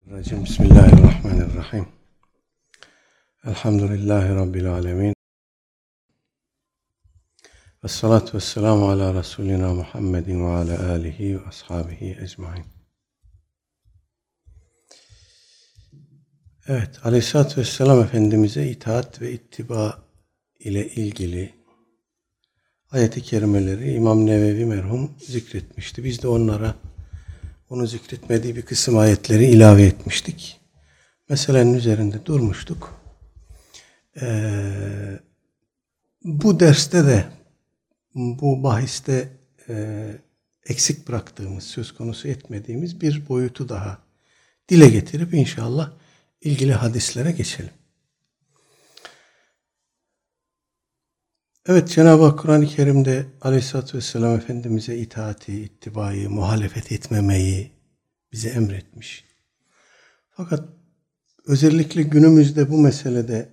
Racim. Bismillahirrahmanirrahim. Elhamdülillahi Rabbil alemin. Vessalatu vesselamu ala Resulina Muhammedin ve ala alihi ve ashabihi ecmain. Evet, Aleyhisselatü Vesselam Efendimiz'e itaat ve ittiba ile ilgili ayet-i kerimeleri İmam Nevevi merhum zikretmişti. Biz de onu zikretmediği bir kısım ayetleri ilave etmiştik. Meselenin üzerinde durmuştuk. Bu derste de, bu bahiste eksik bıraktığımız, söz konusu etmediğimiz bir boyutu daha dile getirip inşallah ilgili hadislere geçelim. Evet, Cenab-ı Hak Kur'an-ı Kerim'de Aleyhisselatü Vesselam Efendimiz'e itaati, ittibayı, muhalefet etmemeyi bize emretmiş. Fakat özellikle günümüzde bu meselede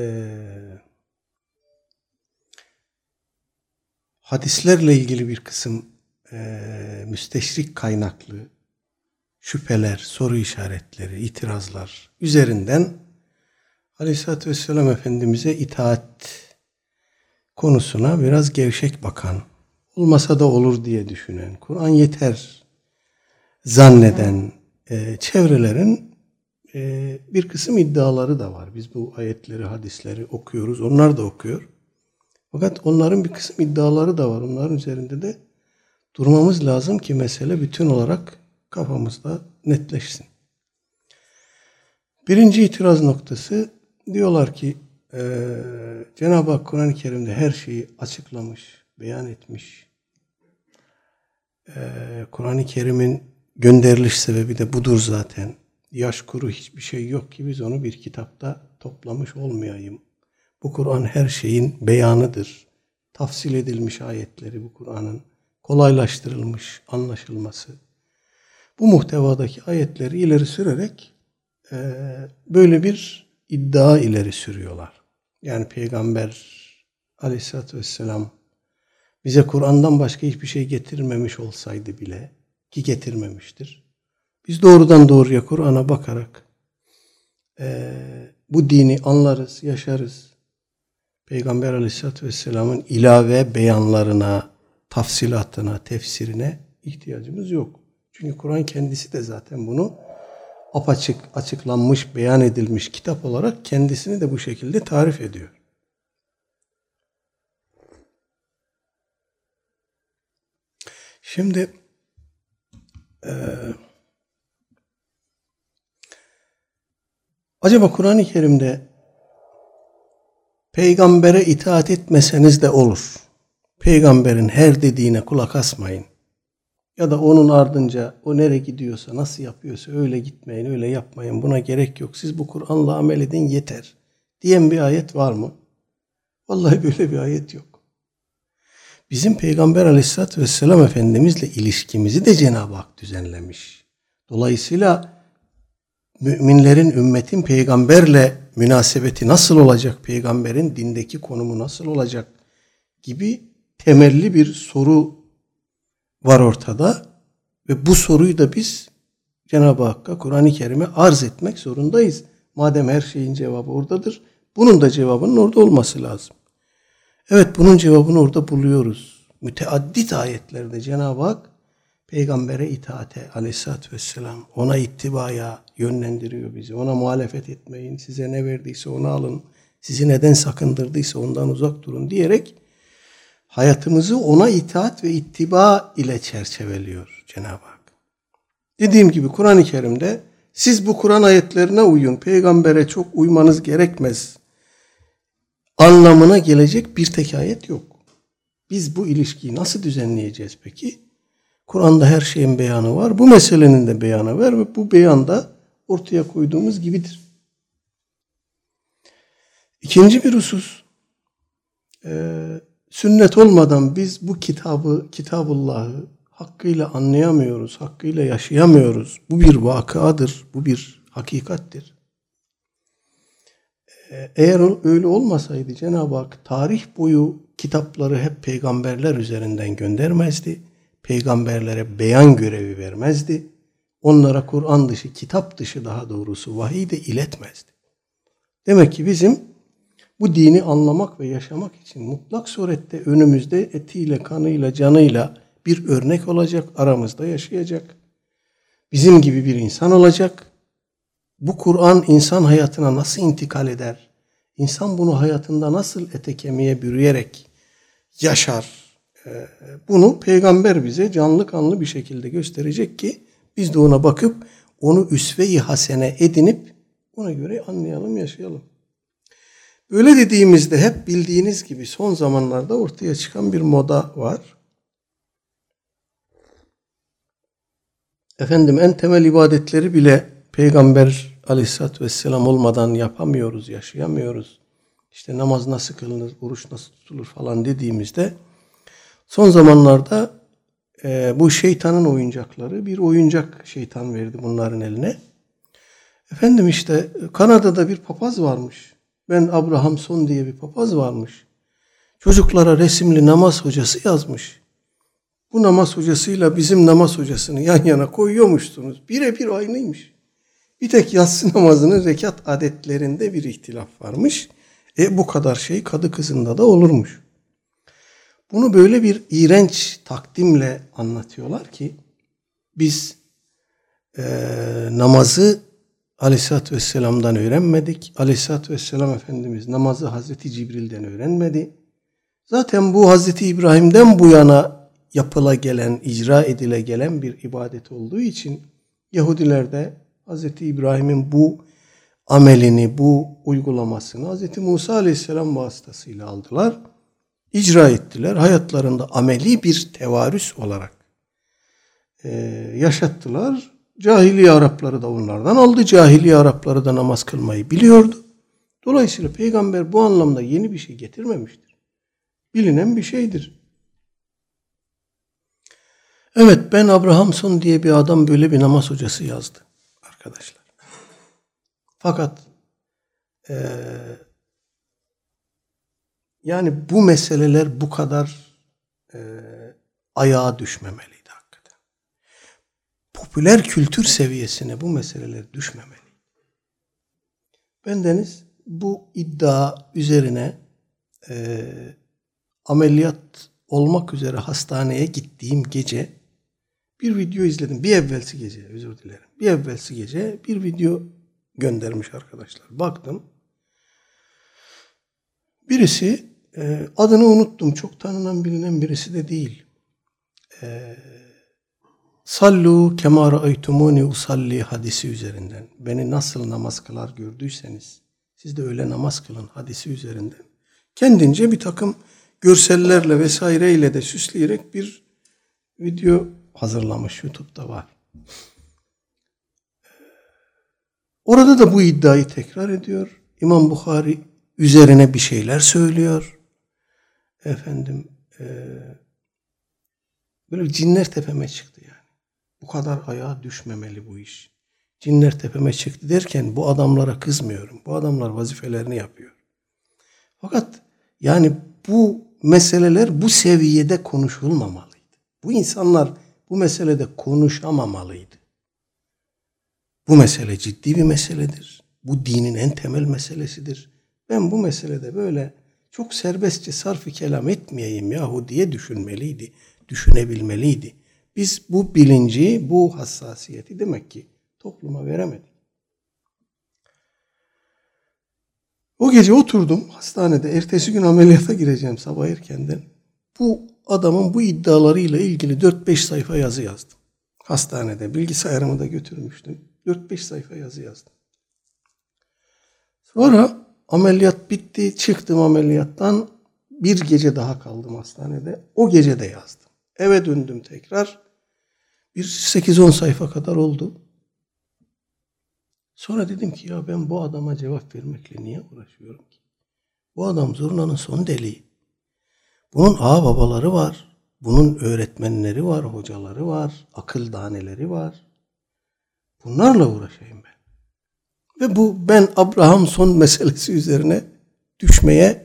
hadislerle ilgili bir kısım müsteşrik kaynaklı şüpheler, soru işaretleri, itirazlar üzerinden Aleyhisselatü Vesselam Efendimiz'e itaat konusuna biraz gevşek bakan, olmasa da olur diye düşünen, Kur'an yeter zanneden çevrelerin bir kısım iddiaları da var. Biz bu ayetleri, hadisleri okuyoruz, onlar da okuyor. Fakat onların bir kısım iddiaları da var. Onların üzerinde de durmamız lazım ki mesele bütün olarak kafamızda netleşsin. Birinci itiraz noktası, diyorlar ki Cenab-ı Hak Kur'an-ı Kerim'de her şeyi açıklamış, beyan etmiş. Kur'an-ı Kerim'in gönderiliş sebebi de budur zaten. Yaş kuru hiçbir şey yok ki biz onu bir kitapta toplamış olmayayım. Bu Kur'an her şeyin beyanıdır. Tafsil edilmiş ayetleri bu Kur'an'ın kolaylaştırılmış anlaşılması. Bu muhtevadaki ayetleri ileri sürerek böyle bir iddia ileri sürüyorlar. Yani Peygamber Aleyhisselatü Vesselam bize Kur'an'dan başka hiçbir şey getirmemiş olsaydı bile, ki getirmemiştir, biz doğrudan doğruya Kur'an'a bakarak bu dini anlarız, yaşarız. Peygamber Aleyhisselatü Vesselam'ın ilave beyanlarına, tafsilatına, tefsirine ihtiyacımız yok. Çünkü Kur'an kendisi de zaten bunu apaçık, açıklanmış, beyan edilmiş kitap olarak kendisini de bu şekilde tarif ediyor. Şimdi acaba Kur'an-ı Kerim'de peygambere itaat etmeseniz de olur, peygamberin her dediğine kulak asmayın ya da onun ardınca o nereye gidiyorsa, nasıl yapıyorsa öyle gitmeyin, öyle yapmayın, buna gerek yok, siz bu Kur'an'la amel edin yeter diyen bir ayet var mı? Vallahi böyle bir ayet yok. Bizim Peygamber Aleyhisselatü Vesselam Efendimizle ilişkimizi de Cenab-ı Hak düzenlemiş. Dolayısıyla müminlerin, ümmetin peygamberle münasebeti nasıl olacak, peygamberin dindeki konumu nasıl olacak gibi temelli bir soru var ortada ve bu soruyu da biz Cenab-ı Hakk'a, Kur'an-ı Kerim'e arz etmek zorundayız. Madem her şeyin cevabı oradadır, bunun da cevabının orada olması lazım. Evet, bunun cevabını orada buluyoruz. Müteaddit ayetlerde Cenab-ı Hak peygambere itaate, Aleyhisselatü Vesselam, ona ittibaya yönlendiriyor bizi. Ona muhalefet etmeyin, size ne verdiyse onu alın, sizi neden sakındırdıysa ondan uzak durun diyerek hayatımızı ona itaat ve ittiba ile çerçeveliyor Cenab-ı Hak. Dediğim gibi Kur'an-ı Kerim'de siz bu Kur'an ayetlerine uyun, peygambere çok uymanız gerekmez anlamına gelecek bir tek ayet yok. Biz bu ilişkiyi nasıl düzenleyeceğiz peki? Kur'an'da her şeyin beyanı var. Bu meselenin de beyanı var ve bu beyan da ortaya koyduğumuz gibidir. İkinci bir husus, sünnet olmadan biz bu Kitabullah'ı hakkıyla anlayamıyoruz, hakkıyla yaşayamıyoruz. Bu bir vakıadır, bu bir hakikattir. Eğer öyle olmasaydı Cenab-ı Hak tarih boyu kitapları hep peygamberler üzerinden göndermezdi. Peygamberlere beyan görevi vermezdi. onlara Kur'an dışı, kitap dışı daha doğrusu vahiy de iletmezdi. Demek ki bizim bu dini anlamak ve yaşamak için mutlak surette önümüzde etiyle, kanıyla, canıyla bir örnek olacak, aramızda yaşayacak. Bizim gibi bir insan olacak. Bu Kur'an insan hayatına nasıl intikal eder? İnsan bunu hayatında nasıl ete kemiğe bürüyerek yaşar? Bunu peygamber bize canlı kanlı bir şekilde gösterecek ki biz de ona bakıp onu üsve-i hasene edinip ona göre anlayalım, yaşayalım. Öyle dediğimizde hep bildiğiniz gibi son zamanlarda ortaya çıkan bir moda var. Efendim en temel ibadetleri bile Peygamber Aleyhisselatü Vesselam olmadan yapamıyoruz, yaşayamıyoruz. İşte namaz nasıl kılınır, oruç nasıl tutulur falan dediğimizde son zamanlarda bu şeytanın oyuncakları, bir oyuncak şeytan verdi bunların eline. Efendim işte Kanada'da bir papaz varmış. Ben Abrahamson diye bir papaz varmış. Çocuklara resimli namaz hocası yazmış. Bu namaz hocasıyla bizim namaz hocasını yan yana koyuyormuşsunuz. Birebir aynıymış. Bir tek yatsı namazının rekat adetlerinde bir ihtilaf varmış. Bu kadar şey kadı kızında da olurmuş. Bunu böyle bir iğrenç takdimle anlatıyorlar ki biz namazı Aleyhisselatü Vesselam'dan öğrenmedik. Aleyhisselatü Vesselam Efendimiz namazı Hazreti Cibril'den öğrenmedi. Zaten bu Hazreti İbrahim'den bu yana yapıla gelen, icra edile gelen bir ibadet olduğu için Yahudiler de Hazreti İbrahim'in bu amelini, bu uygulamasını Hazreti Musa Aleyhisselam vasıtasıyla aldılar, icra ettiler. Hayatlarında ameli bir tevarüs olarak yaşattılar. Cahiliye Arapları da onlardan aldı. Cahiliye Arapları da namaz kılmayı biliyordu. Dolayısıyla peygamber bu anlamda yeni bir şey getirmemiştir. Bilinen bir şeydir. Evet, Ben Abrahamson diye bir adam böyle bir namaz hocası yazdı arkadaşlar. Fakat yani bu meseleler bu kadar ayağa düşmemeliydi hakikaten. Popüler kültür seviyesine bu meseleler düşmemeli. Bendeniz bu iddia üzerine ameliyat olmak üzere hastaneye gittiğim gece bir video izledim. Bir evvelsi gece, özür dilerim. Bir evvelsi gece bir video göndermiş arkadaşlar. Baktım. Birisi adını unuttum. Çok tanınan bilinen birisi de değil. Sallu kema ra'aytumuni usalli hadisi üzerinden. Beni nasıl namaz kılar gördüyseniz siz de öyle namaz kılın hadisi üzerinden. Kendince bir takım görsellerle vesaireyle de süsleyerek bir video hazırlamış. YouTube'da var. Orada da bu iddiayı tekrar ediyor. İmam Bukhari üzerine bir şeyler söylüyor. Efendim böyle cinler tepeme çıktı yani. Bu kadar ayağa düşmemeli bu iş. Cinler tepeme çıktı derken bu adamlara kızmıyorum. Bu adamlar vazifelerini yapıyor. Fakat yani bu meseleler bu seviyede konuşulmamalıydı. Bu insanlar bu meselede konuşamamalıydı. Bu mesele ciddi bir meseledir. Bu dinin en temel meselesidir. Ben bu meselede böyle çok serbestçe sarf-ı kelam etmeyeyim yahu diye düşünmeliydi, düşünebilmeliydi. Biz bu bilinci, bu hassasiyeti demek ki topluma veremedik. O gece oturdum hastanede, ertesi gün ameliyata gireceğim sabah erkenden. Bu adamın bu iddialarıyla ilgili 4-5 sayfa yazı yazdım. Hastanede bilgisayarımı da götürmüştüm. 4-5 sayfa yazı yazdım. Sonra ameliyat bitti, çıktım ameliyattan. Bir gece daha kaldım hastanede. O gece de yazdım. Eve döndüm tekrar. Bir 8-10 sayfa kadar oldu. Sonra dedim ki ya ben bu adama cevap vermekle niye uğraşıyorum ki? Bu adam zurnanın son deliği. Bunun ağababaları var. Bunun öğretmenleri var, hocaları var, akıl daneleri var. Bunlarla uğraşayım ben. Ve bu ben Abrahamson meselesi üzerine düşmeye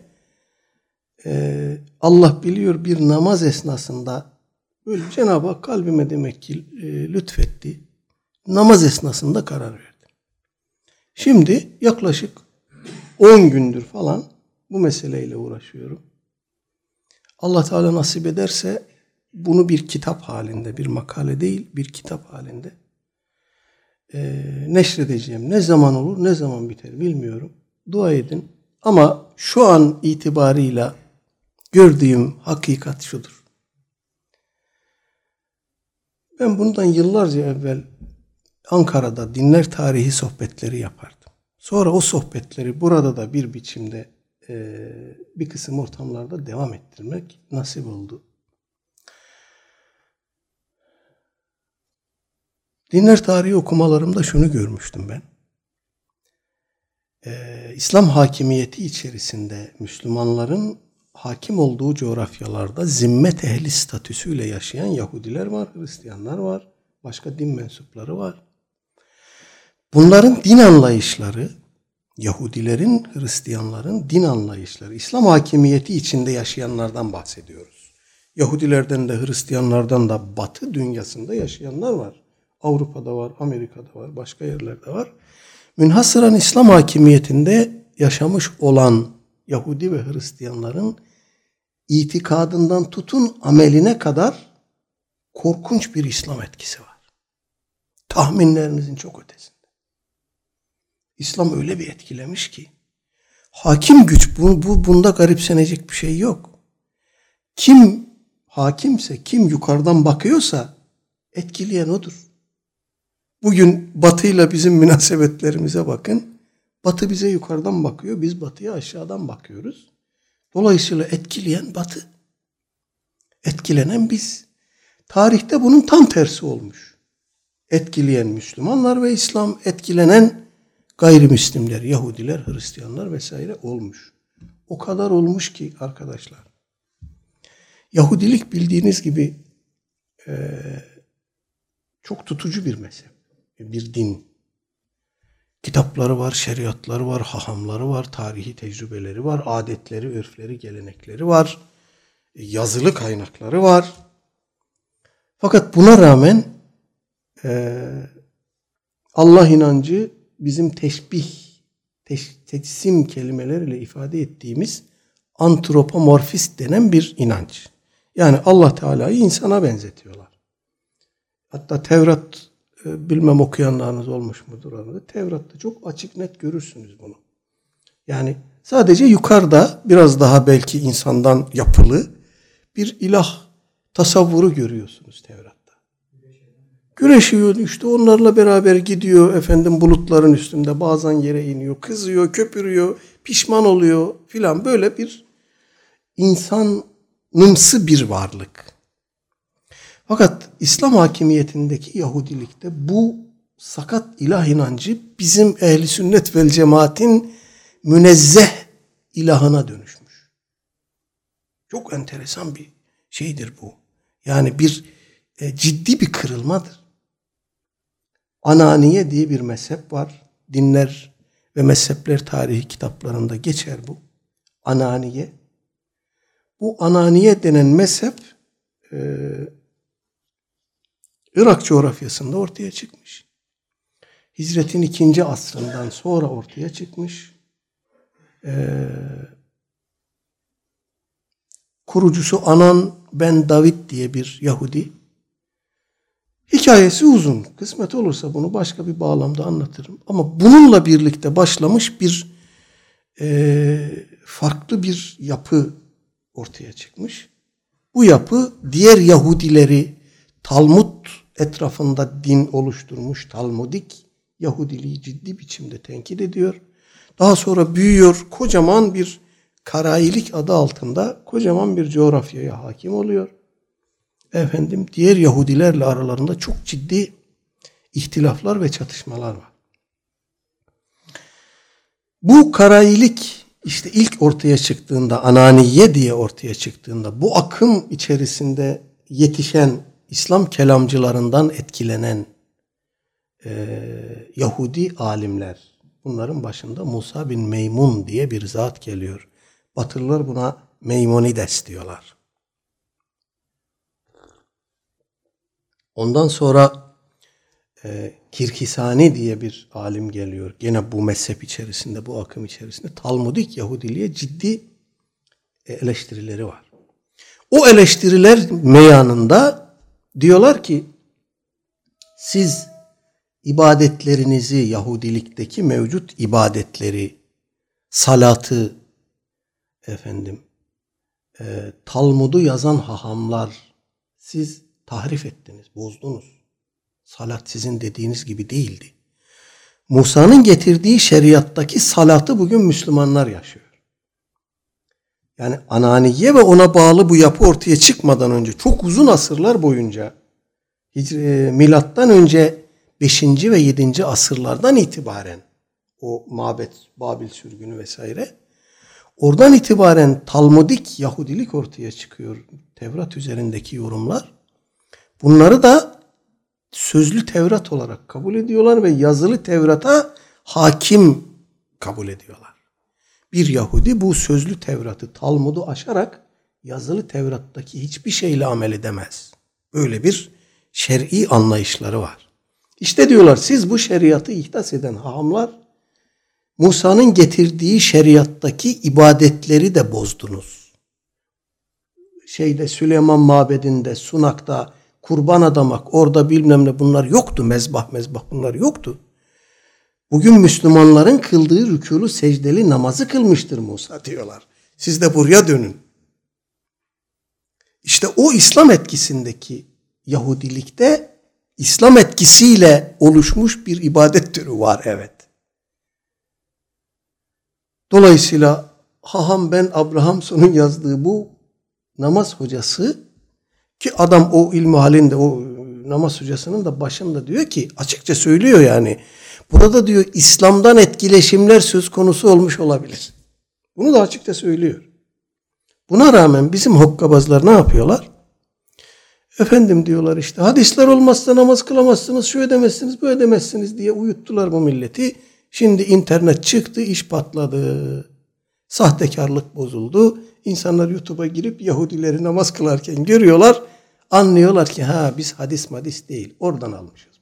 Allah biliyor bir namaz esnasında böyle Cenab-ı Hak kalbime demek ki lütfetti. namaz esnasında karar verdim. Şimdi yaklaşık 10 gündür falan bu meseleyle uğraşıyorum. Allah Teala nasip ederse bunu bir kitap halinde, bir makale değil, bir kitap halinde neşredeceğim. Ne zaman olur, ne zaman biter bilmiyorum. Dua edin. Ama şu an itibarıyla gördüğüm hakikat şudur. Ben bundan yıllarca evvel Ankara'da dinler tarihi sohbetleri yapardım. Sonra o sohbetleri burada da bir biçimde bir kısım ortamlarda devam ettirmek nasip oldu. Dinler tarihi okumalarımda şunu görmüştüm ben. İslam hakimiyeti içerisinde Müslümanların hakim olduğu coğrafyalarda zimmet ehli statüsüyle yaşayan Yahudiler var, Hristiyanlar var, başka din mensupları var. Bunların din anlayışları, Yahudilerin, Hristiyanların din anlayışları, İslam hakimiyeti içinde yaşayanlardan bahsediyoruz. Yahudilerden de Hristiyanlardan da Batı dünyasında yaşayanlar var. Avrupa'da var, Amerika'da var, başka yerlerde var. Münhasıran İslam hakimiyetinde yaşamış olan Yahudi ve Hristiyanların itikadından tutun ameline kadar korkunç bir İslam etkisi var. Tahminlerinizin çok ötesinde. İslam öyle bir etkilemiş ki hakim güç, bunda garipsenecek bir şey yok. Kim hakimse, kim yukarıdan bakıyorsa etkileyen odur. Bugün Batı'yla bizim münasebetlerimize bakın. Batı bize yukarıdan bakıyor, biz Batı'ya aşağıdan bakıyoruz. Dolayısıyla etkileyen Batı. Etkilenen biz. Tarihte bunun tam tersi olmuş. Etkileyen Müslümanlar ve İslam, etkilenen gayrimüslimler, Yahudiler, Hristiyanlar vesaire olmuş. O kadar olmuş ki arkadaşlar. Yahudilik bildiğiniz gibi çok tutucu bir mezhep, bir din. Kitapları var, şeriatları var, hahamları var, tarihi tecrübeleri var, adetleri, örfleri, gelenekleri var, yazılı kaynakları var. Fakat buna rağmen Allah inancı bizim teçsim kelimeleriyle ifade ettiğimiz antropomorfist denen bir inanç. Yani Allah Teala'yı insana benzetiyorlar. Hatta Tevrat bilmem okuyanlarınız olmuş mudur arada. Tevrat'ta çok açık net görürsünüz bunu. Yani sadece yukarıda biraz daha belki insandan yapılı bir ilah tasavvuru görüyorsunuz Tevrat'ta. Güreşiyor işte onlarla beraber gidiyor efendim bulutların üstünde bazen yere iniyor, kızıyor, köpürüyor, pişman oluyor filan böyle bir insanımsı bir varlık. Fakat İslam hakimiyetindeki Yahudilikte bu sakat ilah inancı bizim ehli sünnet vel cemaatin münezzeh ilahına dönüşmüş. Çok enteresan bir şeydir bu. Yani bir ciddi bir kırılmadır. Ananiye diye bir mezhep var. Dinler ve mezhepler tarihi kitaplarında geçer bu. Ananiye. Bu Ananiye denen mezhep Irak coğrafyasında ortaya çıkmış. Hicretin 2. asrından sonra ortaya çıkmış. Kurucusu Anan ben David diye bir Yahudi. Hikayesi uzun. Kısmet olursa bunu başka bir bağlamda anlatırım. Ama bununla birlikte başlamış bir farklı bir yapı ortaya çıkmış. Bu yapı diğer Yahudileri Talmud etrafında din oluşturmuş Talmudik Yahudiliği ciddi biçimde tenkit ediyor. Daha sonra büyüyor, kocaman bir Karailik adı altında kocaman bir coğrafyaya hakim oluyor. Efendim diğer Yahudilerle aralarında çok ciddi ihtilaflar ve çatışmalar var. Bu Karailik işte ilk ortaya çıktığında Ananiye diye ortaya çıktığında bu akım içerisinde yetişen İslam kelamcılarından etkilenen Yahudi alimler, bunların başında Musa bin Meymun diye bir zat geliyor. Batılılar buna Meymonides diyorlar. Ondan sonra Kirkisani diye bir alim geliyor. Gene bu mezhep içerisinde, bu akım içerisinde Talmudik Yahudiliğe ciddi eleştirileri var. O eleştiriler meyanında diyorlar ki siz ibadetlerinizi, Yahudilikteki mevcut ibadetleri, salatı, Talmud'u yazan hahamlar, siz tahrif ettiniz, bozdunuz. Salat sizin dediğiniz gibi değildi. Musa'nın getirdiği şeriattaki salatı bugün Müslümanlar yaşıyor. Yani Ananiye ve ona bağlı bu yapı ortaya çıkmadan önce çok uzun asırlar boyunca milattan önce 5. ve 7. asırlardan itibaren o mabet, Babil sürgünü vesaire oradan itibaren Talmudik Yahudilik ortaya çıkıyor. Tevrat üzerindeki yorumlar. Bunları da sözlü Tevrat olarak kabul ediyorlar ve yazılı Tevrat'a hakim kabul ediyorlar. Bir Yahudi bu sözlü Tevrat'ı, Talmud'u aşarak yazılı Tevrat'taki hiçbir şeyle amel edemez. Böyle bir şer'i anlayışları var. İşte diyorlar siz bu şeriatı ihdas eden hahamlar Musa'nın getirdiği şeriattaki ibadetleri de bozdunuz. Süleyman Mabedi'nde, Sunak'ta kurban adamak, orada bilmem ne bunlar yoktu. Mezbah bunlar yoktu. Bugün Müslümanların kıldığı rükûlu secdeli namazı kılmıştır Musa diyorlar. Siz de buraya dönün. İşte o İslam etkisindeki Yahudilikte İslam etkisiyle oluşmuş bir ibadet türü var, evet. Dolayısıyla Haham ben Abrahamson'un yazdığı bu namaz hocası ki adam o ilmi halinde o namaz hocasının da başında diyor ki açıkça söylüyor yani. Burada diyor İslam'dan etkileşimler söz konusu olmuş olabilir. Bunu da açıkça söylüyor. Buna rağmen bizim hokkabazlar ne yapıyorlar? Efendim diyorlar işte hadisler olmazsa namaz kılamazsınız, şu edemezsiniz, bu edemezsiniz diye uyuttular bu milleti. Şimdi internet çıktı, iş patladı. Sahtekarlık bozuldu. İnsanlar YouTube'a girip Yahudileri namaz kılarken görüyorlar. Anlıyorlar ki biz hadis değil. Oradan almışız.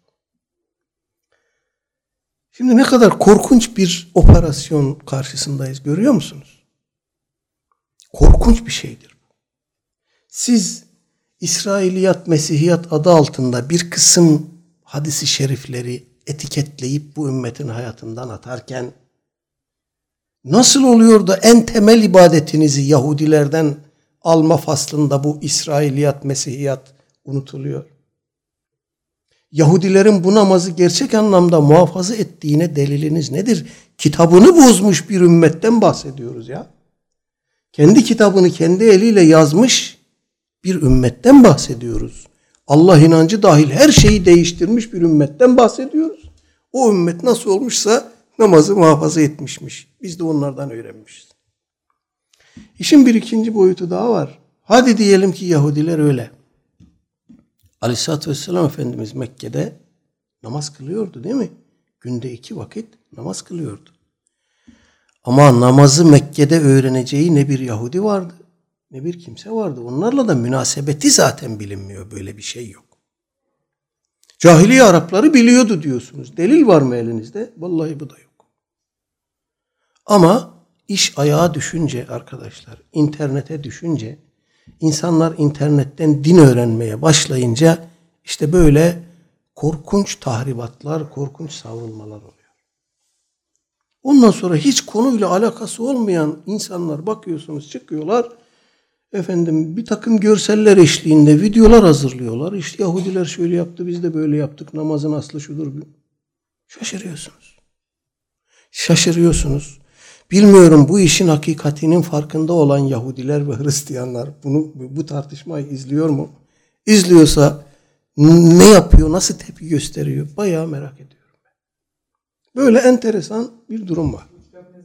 Şimdi ne kadar korkunç bir operasyon karşısındayız görüyor musunuz? Korkunç bir şeydir. Siz İsrailiyat, Mesihiyat adı altında bir kısım hadis-i şerifleri etiketleyip bu ümmetin hayatından atarken nasıl oluyor da en temel ibadetinizi Yahudilerden alma faslında bu İsrailiyat, Mesihiyat unutuluyor? Yahudilerin bu namazı gerçek anlamda muhafaza ettiğine deliliniz nedir? Kitabını bozmuş bir ümmetten bahsediyoruz ya. Kendi kitabını kendi eliyle yazmış bir ümmetten bahsediyoruz. Allah inancı dahil her şeyi değiştirmiş bir ümmetten bahsediyoruz. O ümmet nasıl olmuşsa namazı muhafaza etmişmiş. Biz de onlardan öğrenmişiz. İşin bir ikinci boyutu daha var. Hadi diyelim ki Yahudiler öyle. Aleyhisselatü Vesselam Efendimiz Mekke'de namaz kılıyordu değil mi? Günde 2 vakit namaz kılıyordu. Ama namazı Mekke'de öğreneceği ne bir Yahudi vardı, ne bir kimse vardı. Onlarla da münasebeti zaten bilinmiyor. Böyle bir şey yok. Cahiliye Arapları biliyordu diyorsunuz. Delil var mı elinizde? Vallahi bu da yok. Ama iş ayağa düşünce arkadaşlar, internete düşünce, insanlar internetten din öğrenmeye başlayınca işte böyle korkunç tahribatlar, korkunç savrulmalar oluyor. Ondan sonra hiç konuyla alakası olmayan insanlar bakıyorsunuz çıkıyorlar. Efendim bir takım görseller eşliğinde videolar hazırlıyorlar. İşte Yahudiler şöyle yaptı, biz de böyle yaptık. Namazın aslı şudur. Şaşırıyorsunuz. Şaşırıyorsunuz. Bilmiyorum bu işin hakikatinin farkında olan Yahudiler ve Hristiyanlar bu tartışmayı izliyor mu? İzliyorsa ne yapıyor, nasıl tepki gösteriyor? Bayağı merak ediyorum. Böyle enteresan bir durum var.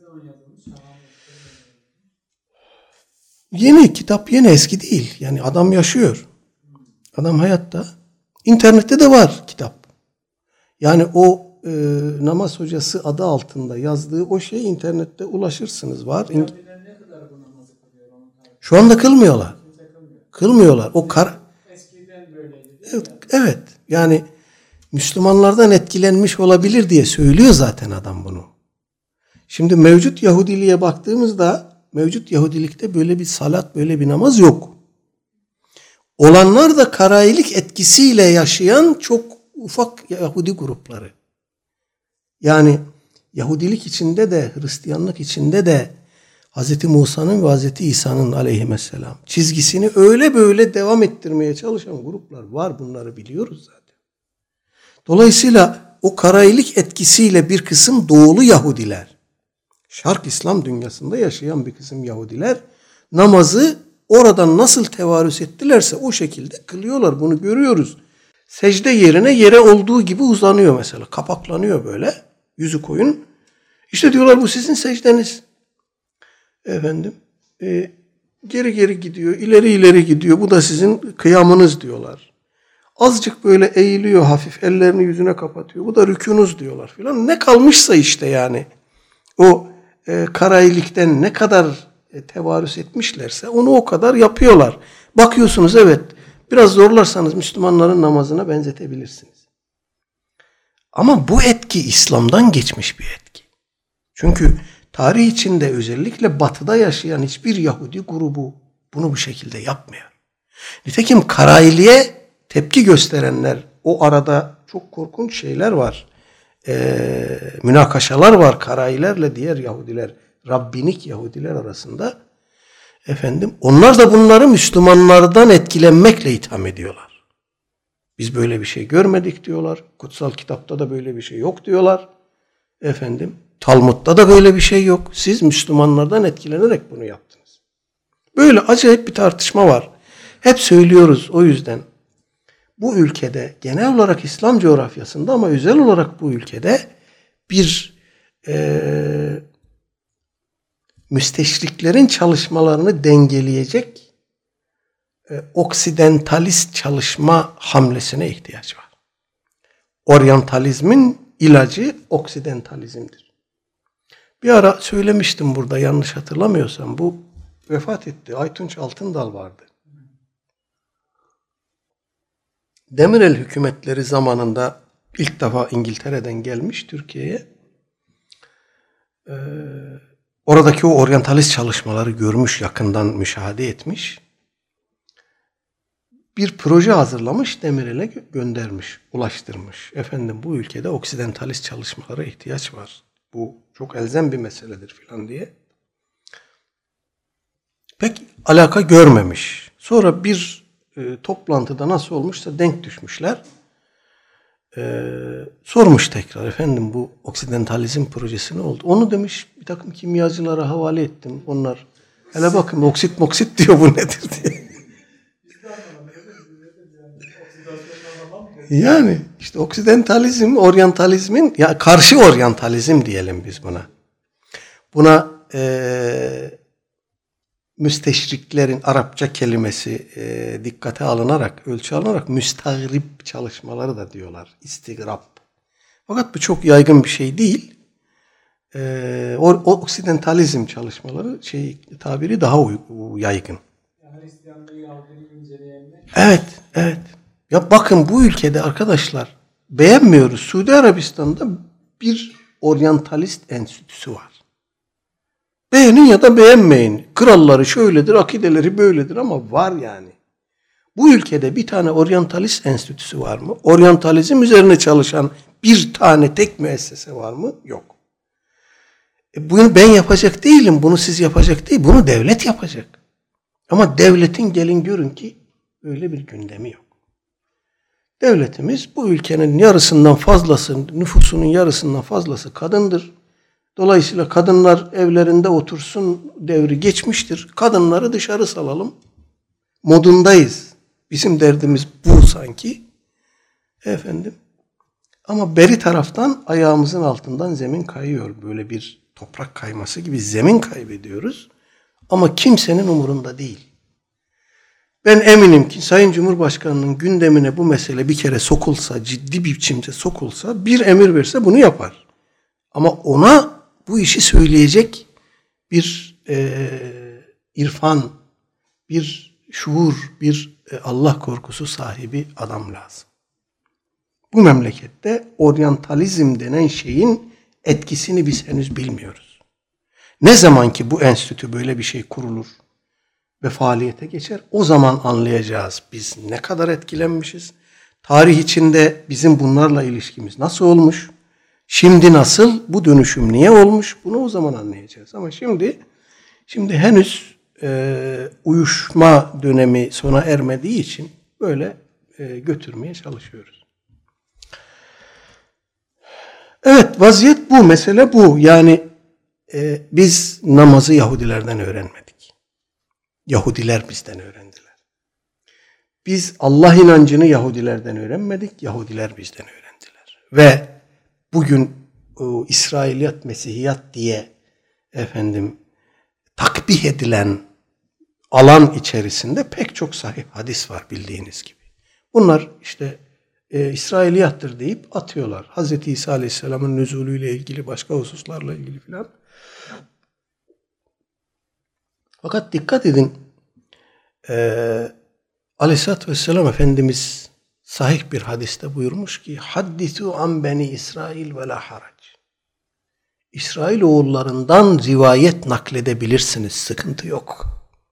Yeni kitap, yeni eski değil. Yani adam yaşıyor. Adam hayatta. İnternette de var kitap. Yani o namaz hocası adı altında yazdığı o şey internette ulaşırsınız var. Şu anda kılmıyorlar. Kılmıyorlar. Eskiden böyleydi. Evet. Yani Müslümanlardan etkilenmiş olabilir diye söylüyor zaten adam bunu. Şimdi mevcut Yahudiliğe baktığımızda mevcut Yahudilikte böyle bir salat, böyle bir namaz yok. Olanlar da Karailik etkisiyle yaşayan çok ufak Yahudi grupları. Yani Yahudilik içinde de Hristiyanlık içinde de Hz. Musa'nın ve Hz. İsa'nın aleyhisselam çizgisini öyle böyle devam ettirmeye çalışan gruplar var. Bunları biliyoruz zaten. Dolayısıyla o Karailik etkisiyle bir kısım doğulu Yahudiler, Şark İslam dünyasında yaşayan bir kısım Yahudiler namazı oradan nasıl tevarüs ettilerse o şekilde kılıyorlar. Bunu görüyoruz. Secde yerine yere olduğu gibi uzanıyor mesela. Kapaklanıyor böyle. Yüzü koyun. İşte diyorlar bu sizin secdeniz. Efendim. Geri geri gidiyor. İleri ileri gidiyor. Bu da sizin kıyamınız diyorlar. Azıcık böyle eğiliyor hafif. Ellerini yüzüne kapatıyor. Bu da rükûnuz diyorlar filan. Ne kalmışsa işte yani. O Karailikten ne kadar tevarüs etmişlerse onu o kadar yapıyorlar. Bakıyorsunuz evet biraz zorlarsanız Müslümanların namazına benzetebilirsiniz. Ama bu etki İslam'dan geçmiş bir etki. Çünkü tarih içinde özellikle batıda yaşayan hiçbir Yahudi grubu bunu bu şekilde yapmıyor. Nitekim Karailiğe tepki gösterenler o arada çok korkunç şeyler var. Münakaşalar var Karailerle diğer Yahudiler, Rabbinik Yahudiler arasında. Efendim, onlar da bunları Müslümanlardan etkilenmekle itham ediyorlar. Biz böyle bir şey görmedik diyorlar. Kutsal kitapta da böyle bir şey yok diyorlar. Efendim, Talmud'da da böyle bir şey yok. Siz Müslümanlardan etkilenerek bunu yaptınız. Böyle acayip bir tartışma var. Hep söylüyoruz o yüzden. Bu ülkede genel olarak İslam coğrafyasında ama özel olarak bu ülkede bir müsteşriklerin çalışmalarını dengeleyecek oksidentalist çalışma hamlesine ihtiyaç var. Oryantalizmin ilacı oksidentalizmdir. Bir ara söylemiştim burada yanlış hatırlamıyorsam bu vefat etti. Aytunç Altındal vardı. Demirel hükümetleri zamanında ilk defa İngiltere'den gelmiş Türkiye'ye. Oradaki o oryantalist çalışmaları görmüş, yakından müşahede etmiş. Bir proje hazırlamış, Demirel'e göndermiş, ulaştırmış. Efendim bu ülkede oksidentalist çalışmalara ihtiyaç var. Bu çok elzem bir meseledir filan diye. Pek alaka görmemiş. Sonra bir toplantıda nasıl olmuşsa denk düşmüşler. Sormuş tekrar efendim bu oksidentalizm projesi ne oldu? Onu demiş bir takım kimyacılara havale ettim. Onlar hele bakın oksit diyor bu nedir diye. Yani işte oksidentalizm, oryantalizmin ya karşı oryantalizm diyelim biz buna. Buna müsteşriklerin Arapça kelimesi dikkate alınarak, ölçü alınarak müstagrip çalışmaları da diyorlar. İstigrap. Fakat bu çok yaygın bir şey değil. Oksidentalizm çalışmaları tabiri daha yaygın. Yani Hristiyanlığı Yahudiliği inceleyenler. Evet. Ya bakın bu ülkede arkadaşlar beğenmiyoruz. Suudi Arabistan'da bir oryantalist enstitüsü var. Beğenin ya da beğenmeyin. Kralları şöyledir, akideleri böyledir ama var yani. Bu ülkede bir tane oryantalist enstitüsü var mı? Oryantalizm üzerine çalışan bir tane tek müessese var mı? Yok. Bunu ben yapacak değilim, bunu siz yapacak değil, bunu devlet yapacak. Ama devletin gelin görün ki öyle bir gündemi yok. Devletimiz bu ülkenin yarısından fazlası, nüfusunun yarısından fazlası kadındır. Dolayısıyla kadınlar evlerinde otursun devri geçmiştir. Kadınları dışarı salalım. Modundayız. Bizim derdimiz bu sanki. Efendim. Ama beri taraftan ayağımızın altından zemin kayıyor. Böyle bir toprak kayması gibi zemin kaybediyoruz. Ama kimsenin umurunda değil. Ben eminim ki Sayın Cumhurbaşkanı'nın gündemine bu mesele bir kere sokulsa, ciddi bir biçimde sokulsa, bir emir verse bunu yapar. Ama ona bu işi söyleyecek bir irfan, bir şuur, bir Allah korkusu sahibi adam lazım. Bu memlekette oryantalizm denen şeyin etkisini biz henüz bilmiyoruz. Ne zaman ki bu enstitü böyle bir şey kurulur ve faaliyete geçer, o zaman anlayacağız biz ne kadar etkilenmişiz. Tarih içinde bizim bunlarla ilişkimiz nasıl olmuş? Şimdi nasıl? Bu dönüşüm niye olmuş? Bunu o zaman anlayacağız. Ama şimdi henüz uyuşma dönemi sona ermediği için böyle götürmeye çalışıyoruz. Evet, vaziyet bu, mesele bu. Yani biz namazı Yahudilerden öğrenmedik. Yahudiler bizden öğrendiler. Biz Allah inancını Yahudilerden öğrenmedik, Yahudiler bizden öğrendiler. Ve bugün İsrailiyat, Mesihiyat diye takbih edilen alan içerisinde pek çok sahih hadis var bildiğiniz gibi. Bunlar işte İsrailiyattır deyip atıyorlar. Hz. İsa Aleyhisselam'ın nüzulüyle ilgili, başka hususlarla ilgili filan. Fakat dikkat edin, Aleyhisselatü Vesselam Efendimiz sahih bir hadiste buyurmuş ki haddisu an beni İsrail ve la harac. İsrail oğullarından rivayet nakledebilirsiniz, sıkıntı yok.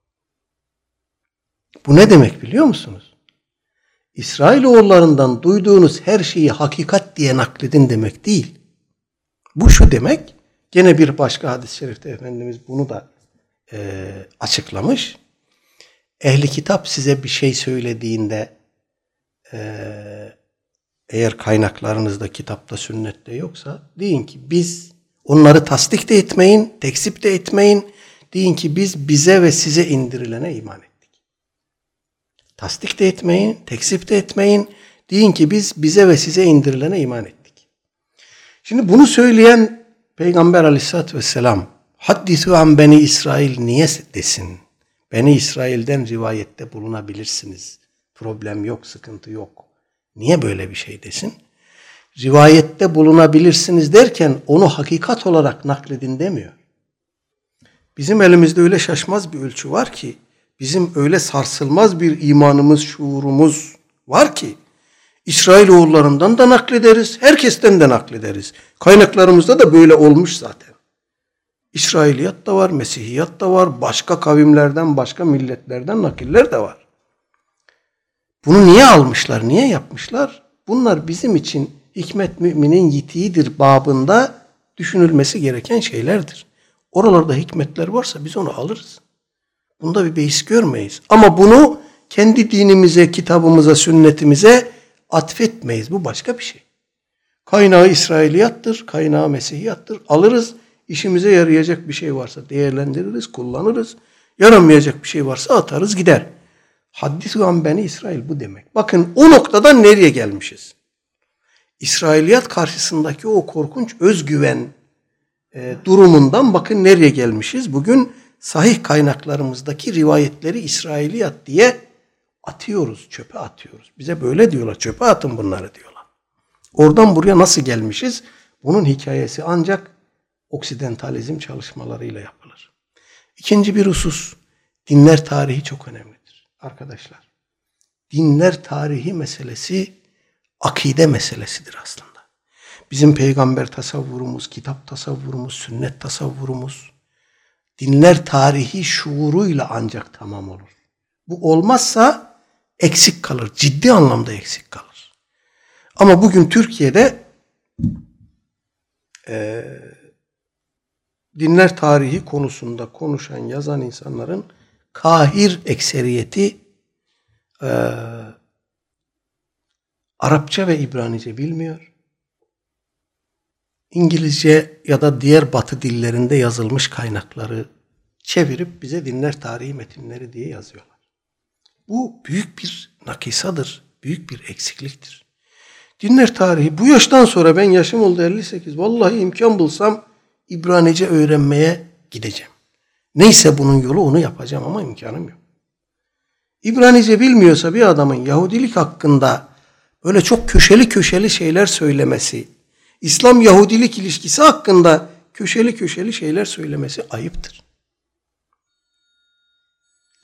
Bu ne demek biliyor musunuz? İsrail oğullarından duyduğunuz her şeyi hakikat diye nakledin demek değil. Bu şu demek, gene bir başka hadis-i şerifte Efendimiz bunu da açıklamış. Ehli kitap size bir şey söylediğinde eğer kaynaklarınızda, kitapta, sünnette yoksa deyin ki biz onları tasdik de etmeyin, tekzip de etmeyin. Deyin ki biz bize ve size indirilene iman ettik. Tasdik de etmeyin, tekzip de etmeyin. Deyin ki biz bize ve size indirilene iman ettik. Şimdi bunu söyleyen Peygamber Aleyhisselatü Vesselam haddisu an beni İsrail niye desin? Beni İsrail'den rivayette bulunabilirsiniz. Problem yok, sıkıntı yok. Niye böyle bir şey desin? Rivayette bulunabilirsiniz derken onu hakikat olarak nakledin demiyor. Bizim elimizde öyle şaşmaz bir ölçü var ki, bizim öyle sarsılmaz bir imanımız, şuurumuz var ki, İsrailoğullarından da naklederiz, herkesten de naklederiz. Kaynaklarımızda da böyle olmuş zaten. İsrailiyat da var, Mesihiyat da var, başka kavimlerden, başka milletlerden nakiller de var. Bunu niye almışlar, niye yapmışlar? Bunlar bizim için hikmet müminin yitiğidir babında düşünülmesi gereken şeylerdir. Oralarda hikmetler varsa biz onu alırız. Bunda bir beis görmeyiz. Ama bunu kendi dinimize, kitabımıza, sünnetimize atfetmeyiz. Bu başka bir şey. Kaynağı İsrailiyattır, kaynağı Mesihiyattır. Alırız, işimize yarayacak bir şey varsa değerlendiririz, kullanırız. Yaramayacak bir şey varsa atarız gider. Haddisu an beni İsrail bu demek. Bakın o noktadan nereye gelmişiz? İsrailiyat karşısındaki o korkunç özgüven durumundan bakın nereye gelmişiz. Bugün sahih kaynaklarımızdaki rivayetleri İsrailiyat diye atıyoruz, çöpe atıyoruz. Bize böyle diyorlar, çöpe atın bunları diyorlar. Oradan buraya nasıl gelmişiz? Bunun hikayesi ancak oksidentalizm çalışmalarıyla yapılır. İkinci bir husus, dinler tarihi çok önemlidir arkadaşlar. Dinler tarihi meselesi akide meselesidir aslında. Bizim peygamber tasavvurumuz, kitap tasavvurumuz, sünnet tasavvurumuz, dinler tarihi şuuruyla ancak tamam olur. Bu olmazsa eksik kalır, ciddi anlamda eksik kalır. Ama bugün Türkiye'de dinler tarihi konusunda konuşan, yazan insanların kahir ekseriyeti Arapça ve İbranice bilmiyor. İngilizce ya da diğer Batı dillerinde yazılmış kaynakları çevirip bize dinler tarihi metinleri diye yazıyorlar. Bu büyük bir nakisadır, büyük bir eksikliktir. Dinler tarihi, bu yaştan sonra ben yaşım oldu 58, vallahi imkan bulsam İbranice öğrenmeye gideceğim. Neyse bunun yolu onu yapacağım ama imkanım yok. İbranice bilmiyorsa bir adamın Yahudilik hakkında böyle çok köşeli şeyler söylemesi, İslam-Yahudilik ilişkisi hakkında köşeli şeyler söylemesi ayıptır.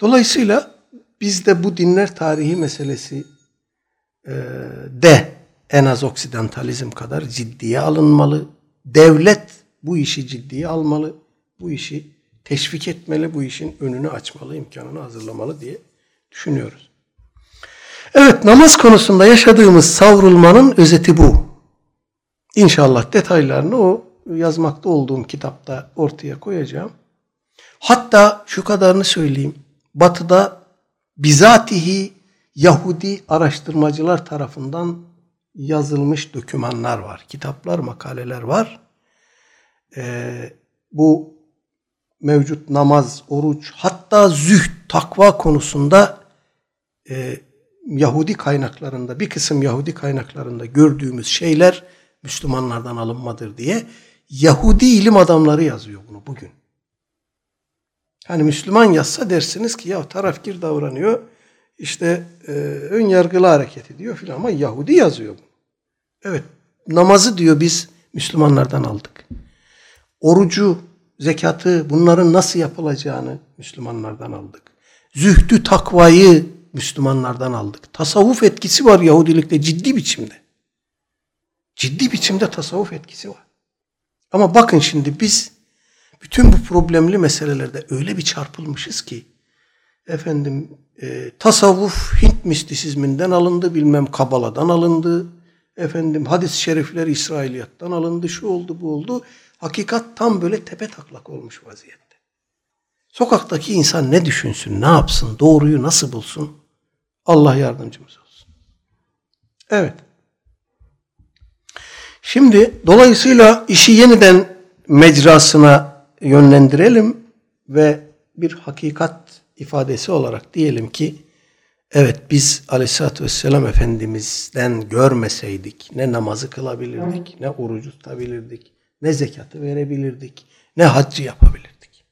Dolayısıyla biz de bu dinler tarihi meselesi de en az oksidantalizm kadar ciddiye alınmalı. Devlet bu işi ciddiye almalı. Bu işi teşvik etmeli. Bu işin önünü açmalı, imkanını hazırlamalı diye düşünüyoruz. Evet, namaz konusunda yaşadığımız savrulmanın özeti bu. İnşallah detaylarını o yazmakta olduğum kitapta ortaya koyacağım. Hatta şu kadarını söyleyeyim. Batı'da bizatihi Yahudi araştırmacılar tarafından yazılmış dokümanlar var. Kitaplar, makaleler var. Bu mevcut namaz, oruç, hatta zühd, takva konusunda Yahudi kaynaklarında, bir kısım Yahudi kaynaklarında gördüğümüz şeyler Müslümanlardan alınmadır diye Yahudi ilim adamları yazıyor bunu bugün. Hani Müslüman yazsa dersiniz ki ya tarafkir davranıyor, işte ön yargılı hareket ediyor filan, ama Yahudi yazıyor bunu. Evet, namazı diyor biz Müslümanlardan aldık. Orucu, zekatı, bunların nasıl yapılacağını Müslümanlardan aldık. Zühdü, takvayı Müslümanlardan aldık. Tasavvuf etkisi var Yahudilikte ciddi biçimde. Ciddi biçimde tasavvuf etkisi var. Ama bakın şimdi biz bütün bu problemli meselelerde öyle bir çarpılmışız ki tasavvuf Hint mistisizminden alındı, bilmem Kabala'dan alındı, hadis-i şerifler İsrailiyattan alındı, şu oldu bu oldu. Hakikat tam böyle tepe taklak olmuş vaziyette. Sokaktaki insan ne düşünsün, ne yapsın, doğruyu nasıl bulsun? Allah yardımcımız olsun. Evet. Şimdi dolayısıyla işi yeniden mecrasına yönlendirelim ve bir hakikat ifadesi olarak diyelim ki evet, biz Aleyhisselatü Vesselam Efendimiz'den görmeseydik ne namazı kılabilirdik, ne orucu tutabilirdik, ne zekatı verebilirdik, ne haccı yapabilirdik.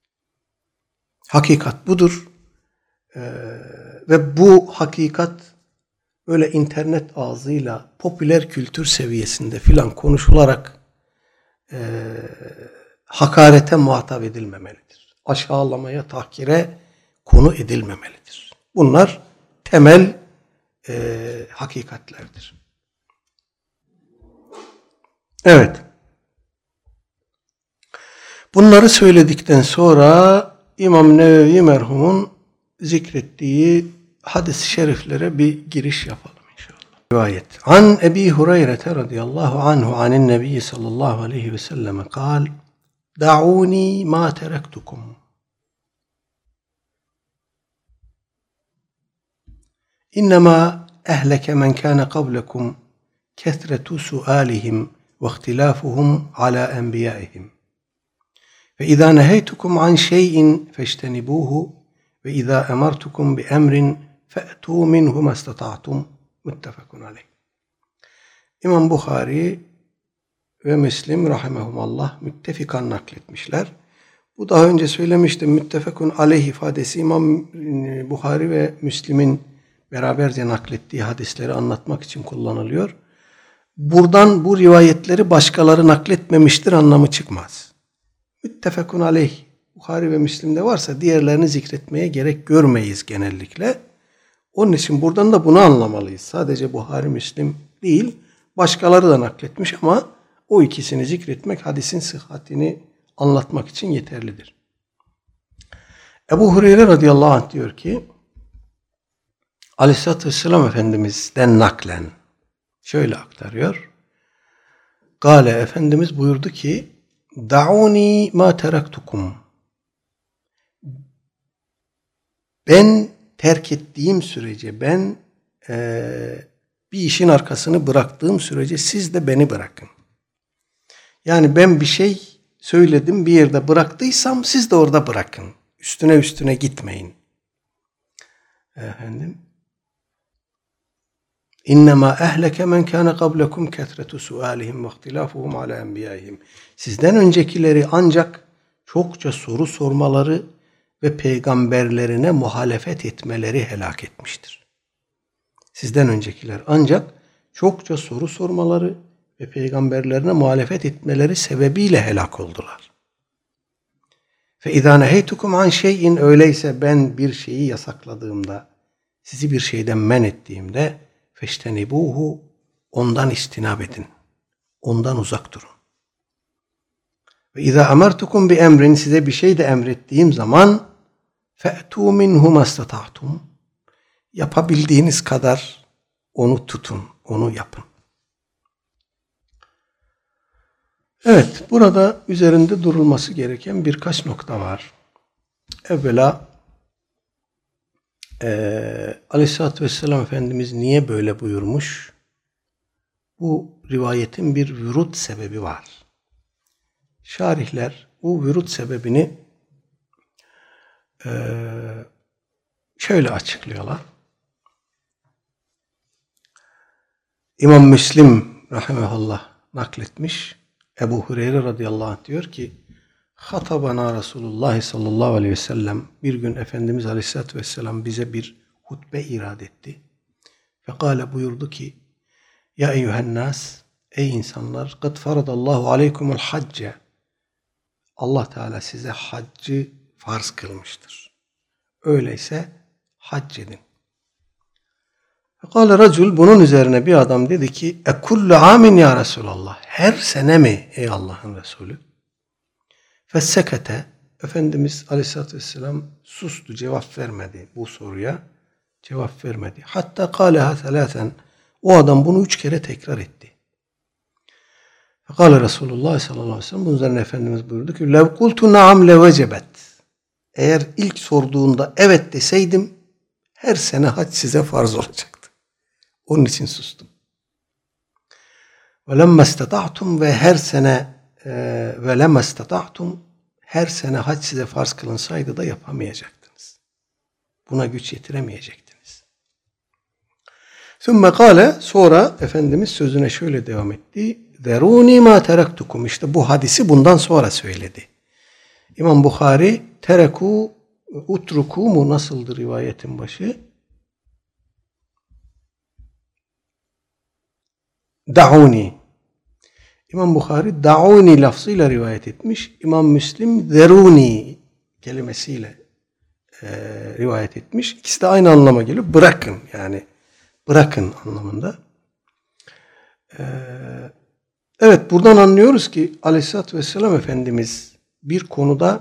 Hakikat budur. Ve bu hakikat öyle internet ağzıyla popüler kültür seviyesinde filan konuşularak hakarete muhatap edilmemelidir. Aşağılamaya, tahkire konu edilmemelidir. Bunlar temel hakikatlerdir. Evet. Bunları söyledikten sonra İmam Nevevi merhumun zikrettiği hadis-i şeriflere bir giriş yapalım inşallah. Rivayet. An Ebi Hureyre radıyallahu anhu anin Nebi sallallahu aleyhi ve sellem kal: "Da'uni ma teraktukum." İnnemâ ehleke men kâne qablekum kethretu suâlihim ve ihtilâfuhum alâ enbiyâihim. Ve izâ neheytukum an şey'in feştenibûhu ve izâ emartukum bi emrin fe'tû minhu mastata'tum. Muttefakun aleyh. İmam Bukhari ve Müslim rahimehumallah müttefikan nakletmişler. Bu daha önce söylemiştim. Müttefakun aleyh ifadesi İmam Bukhari ve Müslim'in beraberce naklettiği hadisleri anlatmak için kullanılıyor. Buradan bu rivayetleri başkaları nakletmemiştir anlamı çıkmaz. Müttefekun aleyh Bukhari ve Müslim'de varsa diğerlerini zikretmeye gerek görmeyiz genellikle. Onun için buradan da bunu anlamalıyız. Sadece Bukhari, Müslim değil, başkaları da nakletmiş ama o ikisini zikretmek hadisin sıhhatini anlatmak için yeterlidir. Ebu Hureyre radıyallahu anh diyor ki Aleyhisselatü Vesselam Efendimiz'den naklen şöyle aktarıyor. Gale, Efendimiz buyurdu ki Da'uni ma teraktukum. Ben terk ettiğim sürece, ben bir işin arkasını bıraktığım sürece siz de beni bırakın. Yani ben bir şey söyledim, bir yerde bıraktıysam siz de orada bırakın. Üstüne gitmeyin. İnnemâ ehleke men kâne qablekum ketretu suâlihim ve ihtilâfuhum alâ enbiyâihim. Sizden öncekileri ancak çokça soru sormaları ve peygamberlerine muhalefet etmeleri helak etmiştir. Sizden öncekiler ancak çokça soru sormaları ve peygamberlerine muhalefet etmeleri sebebiyle helak oldular. Fe izâ neheytukum an şeyin, öyleyse ben bir şeyi yasakladığımda, sizi bir şeyden men ettiğimde feştenibuhu, ondan istinab edin. Ondan uzak durun. Ve izâ emertukum bi emrin, size bir şey de emrettiğim zaman fe'tû minhu mastata'tum, yapabildiğiniz kadar onu tutun, onu yapın. Evet, burada üzerinde durulması gereken birkaç nokta var. Evvela Aleyhisselatü Vesselam Efendimiz niye böyle buyurmuş? Bu rivayetin bir vürud sebebi var. Şarihler bu vürud sebebini şöyle açıklıyorlar. İmam Müslim rahimehullah nakletmiş. Ebu Hureyre radıyallahu anh diyor ki, Hatabana Resulullah sallallahu aleyhi ve sellem, bir gün Efendimiz aleyhissalatü vesselam bize bir hutbe irad etti. Fekale, buyurdu ki, ya eyyühennas, ey insanlar, kad faradallahu aleykumul hacce, Allah Teala size haccı farz kılmıştır. Öyleyse hac edin. Fekale racul, bunun üzerine bir adam dedi ki, kullu amin ya Resulallah, her sene mi ey Allah'ın Resulü? Fessekete, Efendimiz Aleyhisselatü Vesselam sustu, cevap vermedi bu soruya. Cevap vermedi. Hatta kâleha selâsen, o adam bunu 3 kere tekrar etti. Fekâle Resulullah sallallahu aleyhi ve sellem, bunun üzerine Efendimiz buyurdu ki, lev kultu naam levecebet, eğer ilk sorduğunda evet deseydim, her sene hac size farz olacaktı. Onun için sustum. Ve lemme istata'tum, ve her sene ve lemme istata'tum, her sene hac size farz kılınsaydı da yapamayacaktınız. Buna güç yetiremeyecektiniz. Sümme kâle, sonra Efendimiz sözüne şöyle devam etti. Zerûni mâ teraktukum, işte bu hadisi bundan sonra söyledi. İmam Bukhari terekû utrukû mu nasıldır rivayetin başı? Da'uni. İmam Bukhari da'uni lafzıyla rivayet etmiş. İmam Müslim zeruni kelimesiyle rivayet etmiş. İkisi de aynı anlama geliyor. Bırakın, yani bırakın anlamında. Evet, buradan anlıyoruz ki Aleyhisselatü Vesselam Efendimiz bir konuda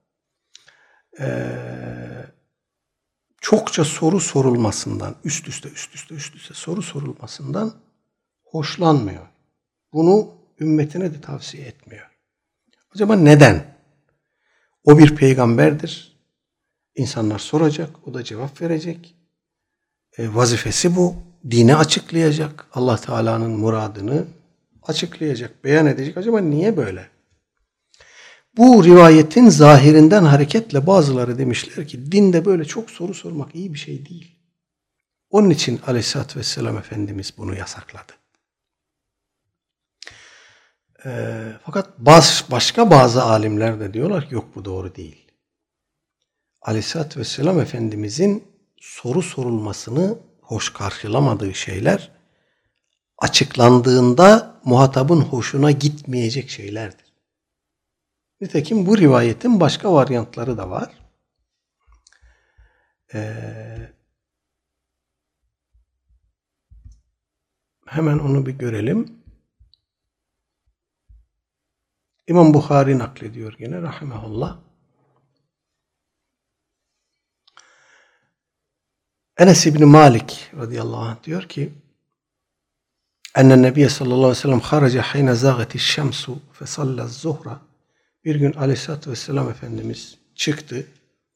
çokça soru sorulmasından, üst üste soru sorulmasından hoşlanmıyor. Bunu ümmetine de tavsiye etmiyor. Acaba neden? O bir peygamberdir. İnsanlar soracak, o da cevap verecek. Vazifesi bu. Dini açıklayacak. Allah Teala'nın muradını açıklayacak, beyan edecek. Acaba niye böyle? Bu rivayetin zahirinden hareketle bazıları demişler ki dinde böyle çok soru sormak iyi bir şey değil. Onun için Aleyhisselatü Vesselam Efendimiz bunu yasakladı. Fakat başka bazı alimler de diyorlar ki yok, bu doğru değil. Aleyhisselatü Vesselam Efendimizin soru sorulmasını hoş karşılamadığı şeyler açıklandığında muhatabın hoşuna gitmeyecek şeylerdir. Nitekim bu rivayetin başka varyantları da var. Hemen onu bir görelim. İmam Bukhari naklediyor yine rahimehullah. Enes İbni Malik radıyallahu anh diyor ki Ennen Nebiye sallallahu aleyhi ve sellem haraca hayne zâgeti şemsu fesallâ zuhra. Bir gün Aleyhisselatü Vesselam Efendimiz çıktı.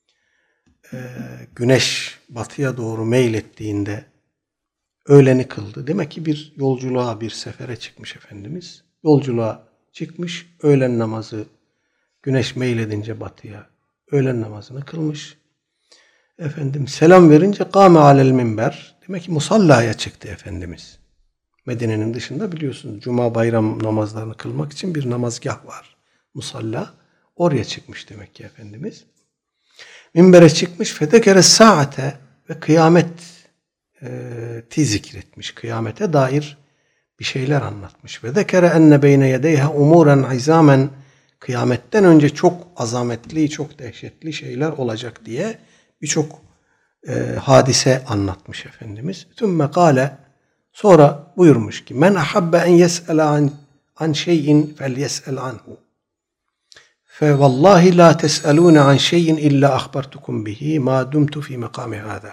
Güneş batıya doğru meylettiğinde öğleni kıldı. Demek ki bir yolculuğa, bir sefere çıkmış Efendimiz. Yolculuğa çıkmış, öğlen namazı, güneş meyledince batıya öğlen namazını kılmış. Efendim selam verince kâme alel minber. Demek ki musallaya çıktı Efendimiz. Medine'nin dışında biliyorsunuz cuma bayram namazlarını kılmak için bir namazgah var. Musalla. Oraya çıkmış demek ki Efendimiz. Minbere çıkmış. Fedekere saate ve kıyameti zikretmiş. Kıyamete dair bir şeyler anlatmış. Ve zekere enne beyne yedeyha umuren izamen, kıyametten önce çok azametli, çok dehşetli şeyler olacak diye birçok hadise anlatmış Efendimiz. Tümme kâle, Sonra buyurmuş ki men ahabbe en yes'ele an şeyin fel yes'el anhu. Fe vallahi la tes'elûne an şeyin illa ahbartukum bihi ma dumtu fi makami hâzâ.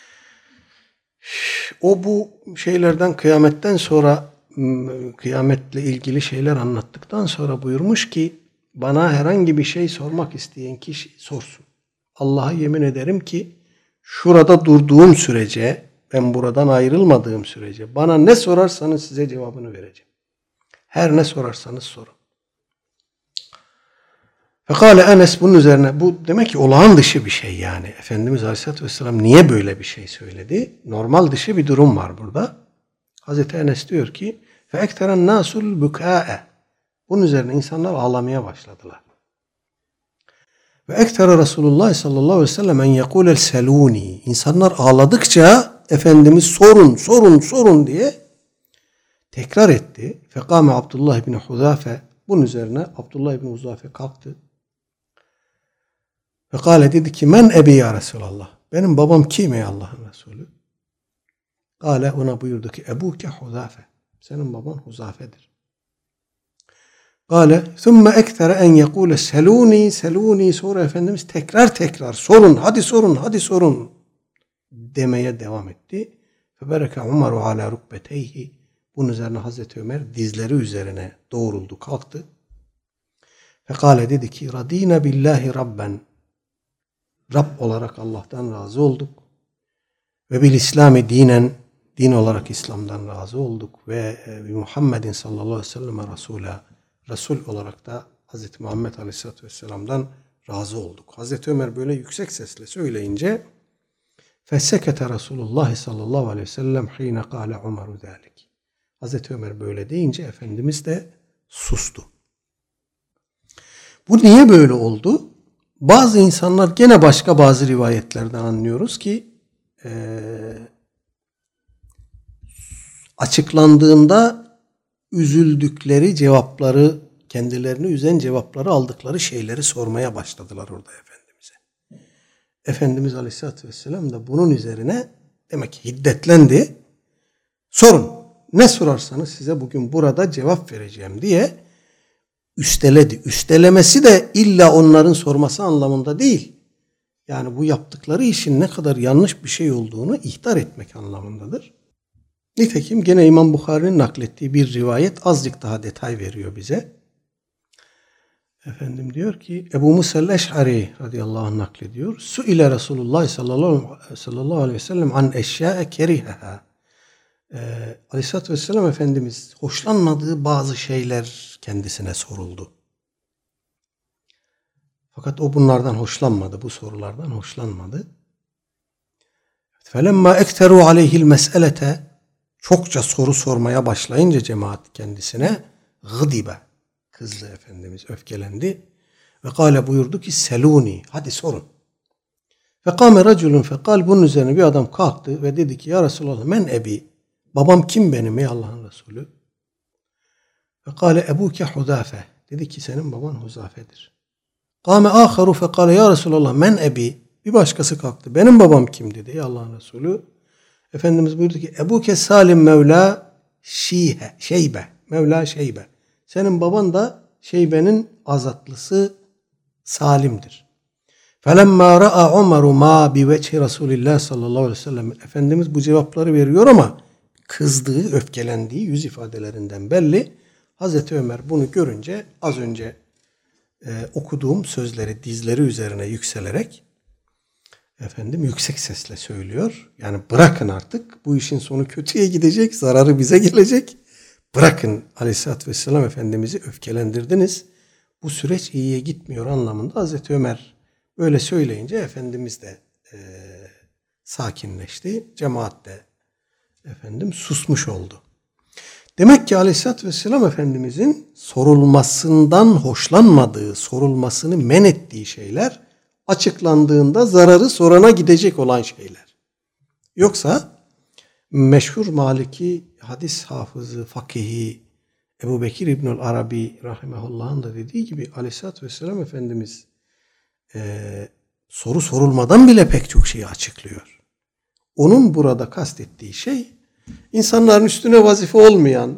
O bu şeylerden kıyametten sonra kıyametle ilgili şeyler anlattıktan sonra buyurmuş ki bana herhangi bir şey sormak isteyen kişi sorsun. Allah'a yemin ederim ki şurada durduğum sürece, ben buradan ayrılmadığım sürece bana ne sorarsanız size cevabını vereceğim. Her ne sorarsanız sorun. Fekale Enes bunun üzerine, bu demek ki olağan dışı bir şey yani. Efendimiz Aleyhisselatü Vesselam niye böyle bir şey söyledi? Normal dışı bir durum var burada. Hazreti Enes diyor ki فَاَكْتَرَ النَّاسُ الْبُكَاءَ. Bunun üzerine insanlar ağlamaya başladılar. Ve ektere Resulullah sallallahu aleyhi ve sellem en yekûlel selûni. İnsanlar ağladıkça Efendimiz sorun diye tekrar etti. Fekâme Abdullah ibn Huzafe. Bunun üzerine Abdullah ibn Huzafe kalktı. Fekâle dedi ki men ebi ya Resulallah. Benim babam kim ey Allah'ın Resulü? Kâle ona buyurdu ki ebuke Huzafe. Senin baban Huzafe'dir. Kâle thumme ektere en yekûle selûni. Sonra Efendimiz tekrar hadi sorun demeye devam etti. Febereke Umaru ala rukbeteyhi. Bunun üzerine Hazreti Ömer dizleri üzerine doğruldu, kalktı. Fekâle dedi ki radîne billahi rabben. Rab olarak Allah'tan razı olduk. Ve bil İslami dinen. Din olarak İslam'dan razı olduk. Ve Muhammedin sallallahu aleyhi ve sellem Resul'a. Resul olarak da Hz. Muhammed Aleyhisselatü Vesselam'dan razı olduk. Hazreti Ömer böyle yüksek sesle söyleyince fessekete Resulullah sallallahu aleyhi ve sellem hine kâle Umaru zâlik. Hazreti Ömer böyle deyince Efendimiz de sustu. Bu niye böyle oldu? Bazı insanlar gene başka bazı rivayetlerden anlıyoruz ki açıklandığında üzüldükleri cevapları, kendilerini üzen cevapları aldıkları şeyleri sormaya başladılar orada Efendimiz'e. Efendimiz Aleyhisselatü Vesselam da bunun üzerine demek ki hiddetlendi. Sorun. Ne sorarsanız size bugün burada cevap vereceğim diye üsteledi. Üstelemesi de illa onların sorması anlamında değil. Yani bu yaptıkları işin ne kadar yanlış bir şey olduğunu ihtar etmek anlamındadır. Nitekim gene İmam Bukhari'nin naklettiği bir rivayet azıcık daha detay veriyor bize. Efendim diyor ki Ebu Musa'l Eş'ari radıyallahu anh naklediyor. Su'ile Resulullah sallallahu aleyhi ve sellem an eşya'e keriheha. Aleyhisselatü Vesselam Efendimiz hoşlanmadığı bazı şeyler kendisine soruldu. Fakat o bunlardan hoşlanmadı. Bu sorulardan hoşlanmadı. Felemma ekteru aleyhil mes'elete. Çokça soru sormaya başlayınca cemaat kendisine gıdibe. Kızdı Efendimiz, öfkelendi. Ve kâle buyurdu ki selûni. Hadi sorun. Fekâme raculun fekâl. Bunun üzerine bir adam kalktı ve dedi ki ya Resulallah men ebi. Babam kim benim ey Allah'ın Resulü? Fekâle ebuke Huzafe. Dedi ki senin baban Huzafe'dir. Kâme âkharu fekâle ya Resulallah men ebi. Bir başkası kalktı. Benim babam kim dedi ey Allah'ın Resulü? Efendimiz buyurdu ki ebuke Salim Mevla Şeybe. Mevla Şeybe. Senin baban da Şeybe'nin azatlısı Salim'dir. Felemma ra'a Umaru ma bi vecihi Resulillah sallallahu aleyhi ve sellem. Efendimiz bu cevapları veriyor ama kızdığı, öfkelendiği yüz ifadelerinden belli. Hazreti Ömer bunu görünce az önce okuduğum sözleri dizleri üzerine yükselerek yüksek sesle söylüyor. Yani bırakın artık. Bu işin sonu kötüye gidecek. Zararı bize gelecek. Bırakın Aleyhisselatü Vesselam Efendimiz'i öfkelendirdiniz. Bu süreç iyiye gitmiyor anlamında Hazreti Ömer böyle söyleyince Efendimiz de sakinleşti. Cemaat de susmuş oldu. Demek ki Aleyhisselatü Vesselam Efendimiz'in sorulmasından hoşlanmadığı, sorulmasını men ettiği şeyler açıklandığında zararı sorana gidecek olan şeyler. Yoksa meşhur Maliki hadis hafızı, fakihi Ebu Bekir İbnül Arabi rahimehullah'ın da dediği gibi Aleyhisselatü Vesselam Efendimiz soru sorulmadan bile pek çok şeyi açıklıyor. Onun burada kastettiği şey İnsanların üstüne vazife olmayan,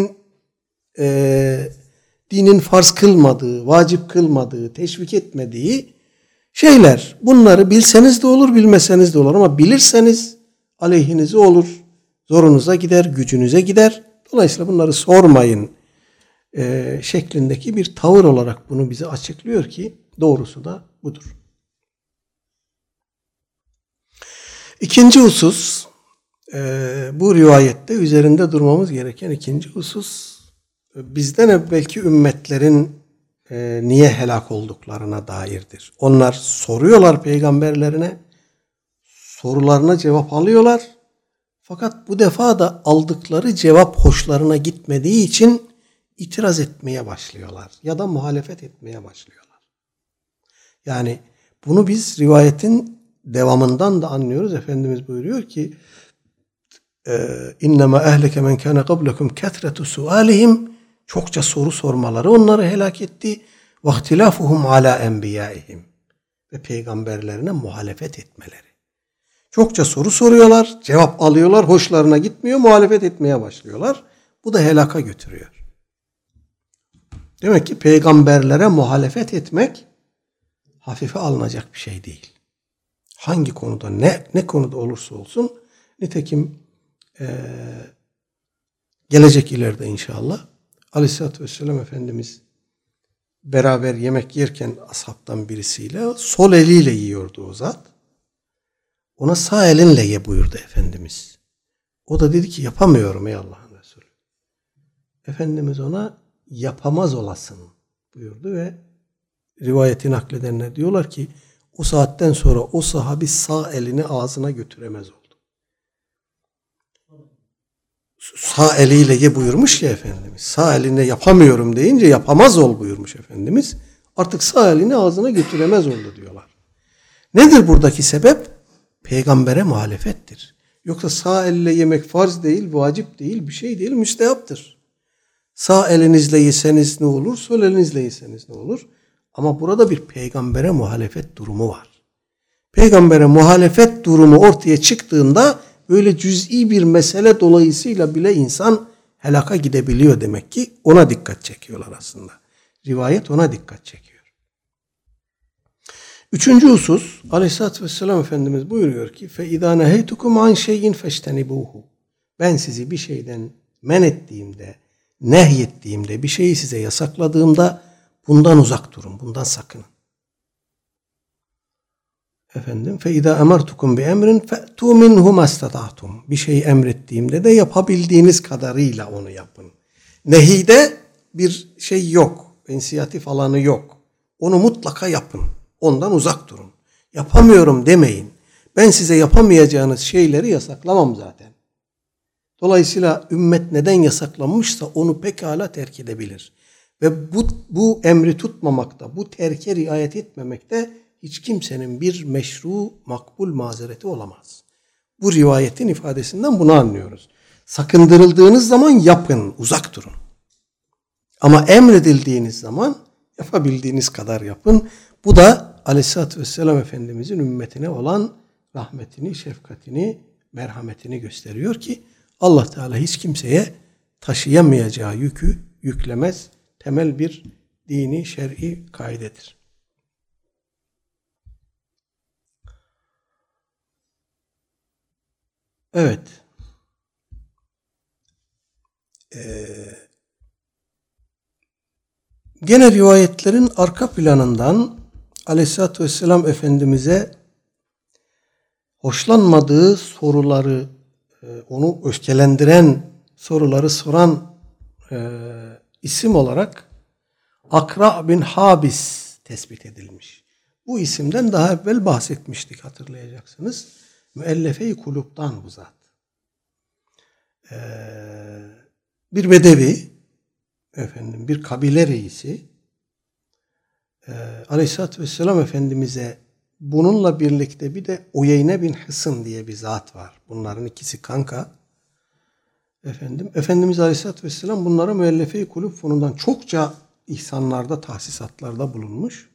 dinin farz kılmadığı, vacip kılmadığı, teşvik etmediği şeyler. Bunları bilseniz de olur, bilmeseniz de olur. Ama bilirseniz aleyhinize olur, zorunuza gider, gücünüze gider. Dolayısıyla bunları sormayın şeklindeki bir tavır olarak bunu bize açıklıyor ki doğrusu da budur. İkinci husus, bu rivayette üzerinde durmamız gereken ikinci husus, bizden evvelki ümmetlerin niye helak olduklarına dairdir. Onlar soruyorlar peygamberlerine, sorularına cevap alıyorlar. Fakat bu defa da aldıkları cevap hoşlarına gitmediği için itiraz etmeye başlıyorlar ya da muhalefet etmeye başlıyorlar. Yani bunu biz rivayetin devamından da anlıyoruz. Efendimiz buyuruyor ki İnnemâ ehleke men kâne qablekum ketretu suâlihim, çokça soru sormaları onları helak etti. Ve ihtilâfuhum alâ enbiyâihim, ve peygamberlerine muhalefet etmeleri. Çokça soru soruyorlar, cevap alıyorlar, hoşlarına gitmiyor, muhalefet etmeye başlıyorlar. Bu da helaka götürüyor. Demek ki peygamberlere muhalefet etmek hafife alınacak bir şey değil. Hangi konuda, ne konuda olursa olsun, nitekim gelecek ileride inşallah Aleyhisselatü Vesselam Efendimiz beraber yemek yerken ashabtan birisiyle sol eliyle yiyordu o zat. Ona sağ elinle ye buyurdu Efendimiz. O da dedi ki yapamıyorum ey Allah'ın Resulü. Efendimiz ona yapamaz olasın buyurdu ve rivayeti nakledenler diyorlar ki o saatten sonra o sahabi sağ elini ağzına götüremez oldu. Sağ eliyle ye buyurmuş ya Efendimiz. Sağ eline yapamıyorum deyince yapamaz ol buyurmuş Efendimiz. Artık sağ elini ağzına götüremez oldu diyorlar. Nedir buradaki sebep? Peygambere muhalefettir. Yoksa sağ elle yemek farz değil, vacip değil, bir şey değil, müstehaptır. Sağ elinizle yeseniz ne olur, sol elinizle yeseniz ne olur? Ama burada bir peygambere muhalefet durumu var. Peygambere muhalefet durumu ortaya çıktığında böyle cüz'i bir mesele dolayısıyla bile insan helaka gidebiliyor demek ki. Ona dikkat çekiyorlar aslında. Rivayet ona dikkat çekiyor. Üçüncü husus, Aleyhisselatü Vesselam Efendimiz buyuruyor ki فَاِذَا نَهَيْتُكُمْ عَنْ شَيْءٍ فَاجْتَنِبُوهُ. Ben sizi bir şeyden men ettiğimde, nehyettiğimde, bir şeyi size yasakladığımda bundan uzak durun, bundan sakının. Efendim, فَاِذَا اَمَرْتُكُمْ بِاَمْرٍ فَأْتُوا مِنْهُ مَا اسْتَطَعْتُمْ. Bir şeyi emrettiğimde de yapabildiğiniz kadarıyla onu yapın. Nehide bir şey yok, inisiyatif alanı yok. Onu mutlaka yapın. Ondan uzak durun. Yapamıyorum demeyin. Ben size yapamayacağınız şeyleri yasaklamam zaten. Dolayısıyla ümmet neden yasaklanmışsa onu pekala terk edebilir. Ve bu emri tutmamakta, bu terke riayet etmemekte hiç kimsenin bir meşru, makbul mazereti olamaz. Bu rivayetin ifadesinden bunu anlıyoruz. Sakındırıldığınız zaman yapın, uzak durun. Ama emredildiğiniz zaman yapabildiğiniz kadar yapın. Bu da Aleyhisselatü Vesselam Efendimizin ümmetine olan rahmetini, şefkatini, merhametini gösteriyor ki Allah Teala hiç kimseye taşıyamayacağı yükü yüklemez. Temel bir dini, şer'i kaidedir. Evet. Gene rivayetlerin arka planından Aleyhisselatü Vesselam Efendimiz'e hoşlanmadığı soruları, onu öfkelendiren soruları soran isim olarak Akra bin Habis tespit edilmiş. Bu isimden daha evvel bahsetmiştik, hatırlayacaksınız. Müellefe-i kuluptan bu zat. Bir bedevi, bir kabile reisi, Aleyhisselatü Vesselam Efendimiz'e bununla birlikte bir de Uyeyne bin Hısın diye bir zat var. Bunların ikisi kanka. Efendimiz Aleyhisselatü Vesselam bunlara Müellefe-i Kulub fonundan çokça ihsanlarda, tahsisatlarda bulunmuş.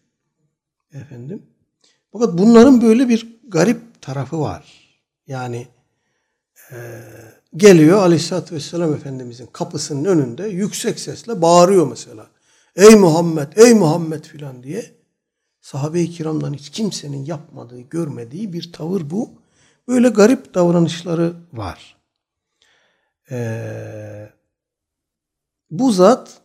Fakat bunların böyle bir garip tarafı var. Yani geliyor Aleyhisselatü Vesselam Efendimizin kapısının önünde yüksek sesle bağırıyor mesela. Ey Muhammed, ey Muhammed filan diye. Sahabe-i kiramdan hiç kimsenin yapmadığı, görmediği bir tavır bu. Böyle garip davranışları var. Bu zat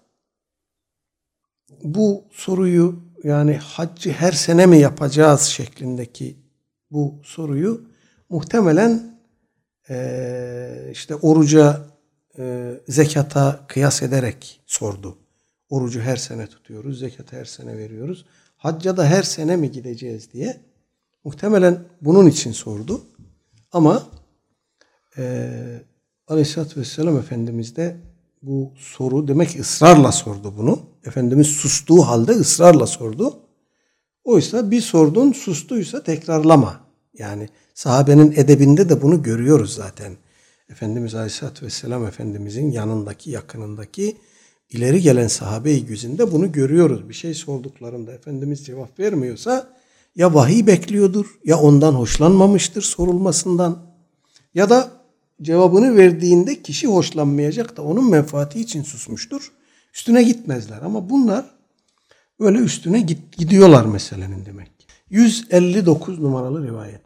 bu soruyu, yani haccı her sene mi yapacağız şeklindeki bu soruyu muhtemelen işte oruca, zekata kıyas ederek sordu. Orucu her sene tutuyoruz, zekatı her sene veriyoruz. Hacca da her sene mi gideceğiz diye. Muhtemelen bunun için sordu. Ama Aleyhisselatü Vesselam Efendimiz de bu soru, demek ki ısrarla sordu bunu. Efendimiz sustuğu halde ısrarla sordu. Oysa bir sordun, sustuysa tekrarlama. Yani sahabenin edebinde de bunu görüyoruz zaten. Efendimiz Aleyhisselatü Vesselam Efendimizin yanındaki, yakınındaki ileri gelen sahabe-i güzinde bunu görüyoruz. Bir şey sorduklarında Efendimiz cevap vermiyorsa ya vahiy bekliyordur, ya ondan hoşlanmamıştır sorulmasından, ya da cevabını verdiğinde kişi hoşlanmayacak da onun menfaati için susmuştur. Üstüne gitmezler. Ama bunlar öyle üstüne gidiyorlar meselenin demek. 159 numaralı rivayet.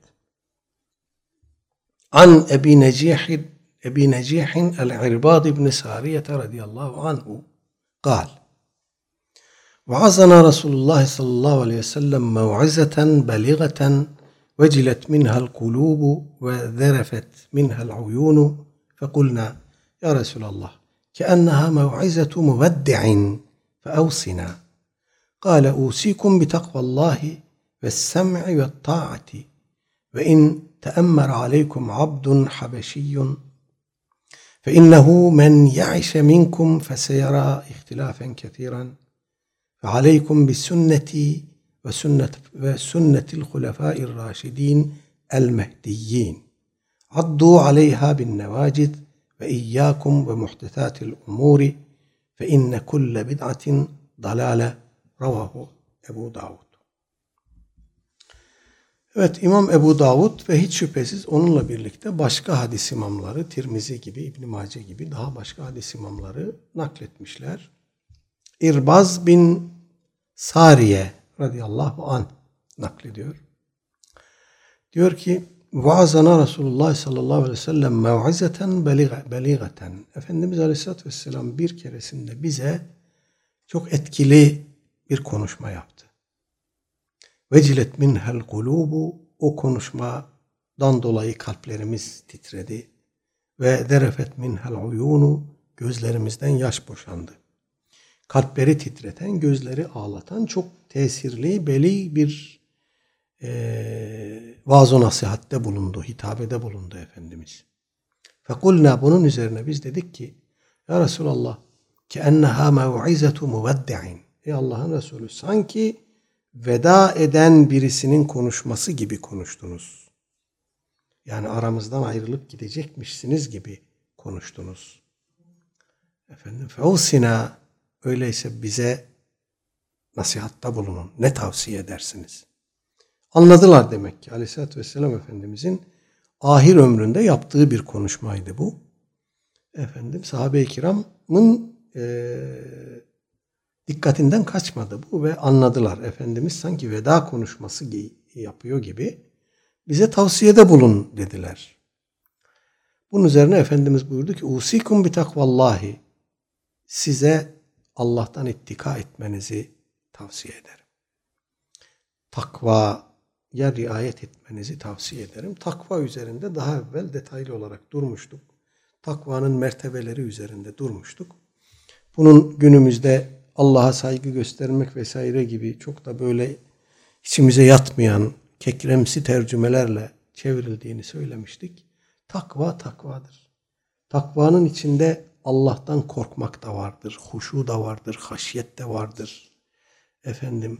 An Ebi Necihin el-İrbad ibn Sariye radıyallahu anhu قال وعظنا رسول الله صلى الله عليه وسلم موعظة بليغة وجلت منها القلوب وذرفت منها العيون فقلنا يا رسول الله كأنها موعظة مودع فأوصنا قال أوصيكم بتقوى الله والسمع والطاعة وإن تأمر عليكم عبد حبشي فإنه من يعش منكم فسيرى اختلافا كثيرا فعليكم بسنتي وسنة الخلفاء الراشدين المهديين عضوا عليها بالنواجذ وإياكم ومحدثات الأمور فإن كل بدعة ضلالة رواه Ebu Davud. Evet, İmam Ebu Davud ve hiç şüphesiz onunla birlikte başka hadis imamları, Tirmizi gibi, İbn Mace gibi daha başka hadis imamları nakletmişler. İrbaz bin Sariye radıyallahu anh naklediyor. Diyor ki vaazana Resulullah sallallahu aleyhi ve sellem mev'izeten beligatan. Efendimiz Aleyhisselatü Vesselam bir keresinde bize çok etkili bir konuşma yaptı. Vecilet minhel kulubu, o konuşmadan dolayı kalplerimiz titredi. Ve derefet minhel uyunu, gözlerimizden yaş boşandı. Kalpleri titreten, gözleri ağlatan çok tesirli, beli bir vaaz-ı nasihatte bulundu, hitabede bulundu Efendimiz. Fekulna, bunun üzerine biz dedik ki ya Resulallah keenneha mev'izetu muveddi'in. Ey Allah'ın Resulü, sanki veda eden birisinin konuşması gibi konuştunuz. Yani aramızdan ayrılıp gidecekmişsiniz gibi konuştunuz. Efendim feusina, öyleyse bize nasihatta bulunun. Ne tavsiye edersiniz? Anladılar demek ki. Aleyhisselatü Vesselam Efendimizin ahir ömründe yaptığı bir konuşmaydı bu. Efendim sahabe-i kiramın dikkatinden kaçmadı bu ve anladılar. Efendimiz sanki veda konuşması yapıyor gibi bize tavsiyede bulun dediler. Bunun üzerine Efendimiz buyurdu ki usikum bi takvallahi, size Allah'tan ittika etmenizi tavsiye ederim. Takvaya riayet etmenizi tavsiye ederim. Takva üzerinde daha evvel detaylı olarak durmuştuk. Takvanın mertebeleri üzerinde durmuştuk. Bunun günümüzde Allah'a saygı göstermek vesaire gibi çok da böyle içimize yatmayan kekremsi tercümelerle çevrildiğini söylemiştik. Takva takvadır. Takvanın içinde Allah'tan korkmak da vardır, huşu da vardır, haşyet de vardır. Efendim,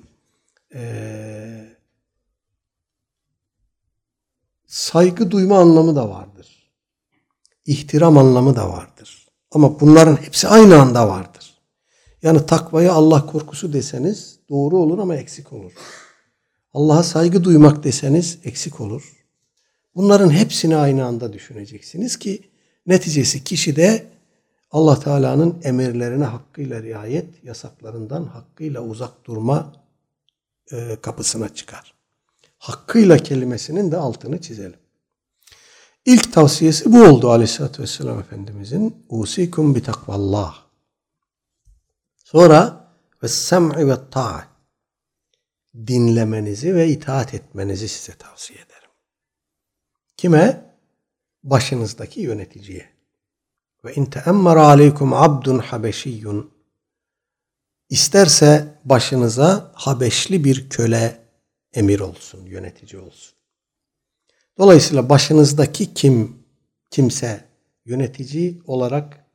saygı duyma anlamı da vardır. İhtiram anlamı da vardır. Ama bunların hepsi aynı anda vardır. Yani takvaya Allah korkusu deseniz doğru olur ama eksik olur. Allah'a saygı duymak deseniz eksik olur. Bunların hepsini aynı anda düşüneceksiniz ki neticesi kişi de Allah Teala'nın emirlerine hakkıyla riayet, yasaklarından hakkıyla uzak durma kapısına çıkar. Hakkıyla kelimesinin de altını çizelim. İlk tavsiyesi bu oldu Aleyhisselatü Vesselam Efendimizin. Usikum bi takvallah. Sonra ve sem'i ve ta'a. Dinlemenizi ve itaat etmenizi size tavsiye ederim. Kime? Başınızdaki yöneticiye. Ve in teemmara aleykum abdun habeşiyyun. İsterse başınıza Habeşli bir köle emir olsun, yönetici olsun. Dolayısıyla başınızdaki kimse yönetici olarak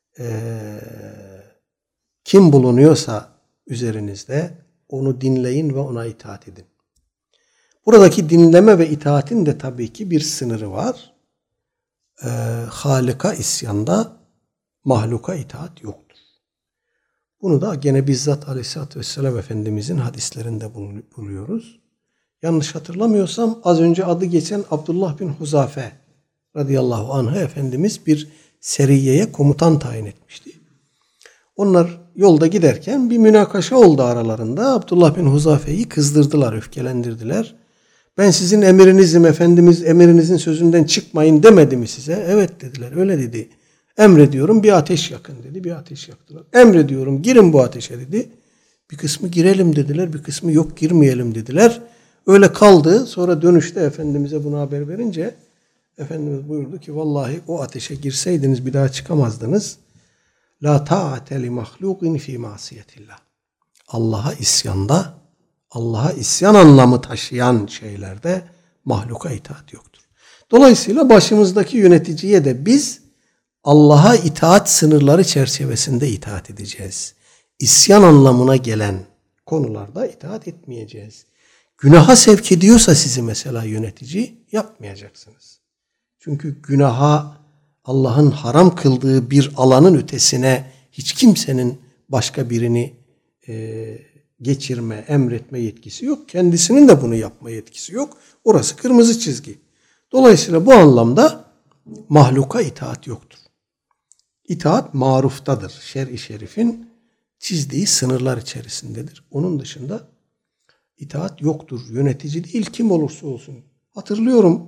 kim bulunuyorsa üzerinizde onu dinleyin ve ona itaat edin. Buradaki dinleme ve itaatin de tabii ki bir sınırı var. Halika isyanda mahluka itaat yoktur. Bunu da gene bizzat Aleyhisselatü Vesselam Efendimizin hadislerinde buluyoruz. Yanlış hatırlamıyorsam az önce adı geçen Abdullah bin Huzafe radıyallahu anh'ı Efendimiz bir seriyeye komutan tayin etmişti. Onlar yolda giderken bir münakaşa oldu aralarında. Abdullah bin Huzafe'yi kızdırdılar, öfkelendirdiler. Ben sizin emirinizim, Efendimiz emirinizin sözünden çıkmayın demedi mi size? Evet dediler, öyle dedi. Emrediyorum bir ateş yakın dedi, bir ateş yaktılar. Emrediyorum girin bu ateşe dedi. Bir kısmı girelim dediler, bir kısmı yok girmeyelim dediler. Öyle kaldı. Sonra dönüşte Efendimiz'e bunu haber verince Efendimiz buyurdu ki vallahi o ateşe girseydiniz bir daha çıkamazdınız. La ta'ate li mahlukin fi masiyetillah. Allah'a isyanda, Allah'a isyan anlamı taşıyan şeylerde mahluka itaat yoktur. Dolayısıyla başımızdaki yöneticiye de biz Allah'a itaat sınırları çerçevesinde itaat edeceğiz. İsyan anlamına gelen konularda itaat etmeyeceğiz. Günaha sevk ediyorsa sizi mesela yönetici yapmayacaksınız. Çünkü günaha Allah'ın haram kıldığı bir alanın ötesine hiç kimsenin başka birini geçirme, emretme yetkisi yok. Kendisinin de bunu yapma yetkisi yok. Orası kırmızı çizgi. Dolayısıyla bu anlamda mahluka itaat yoktur. İtaat maruftadır. Şer-i şerifin çizdiği sınırlar içerisindedir. Onun dışında itaat yoktur. Yönetici değil kim olursa olsun. Hatırlıyorum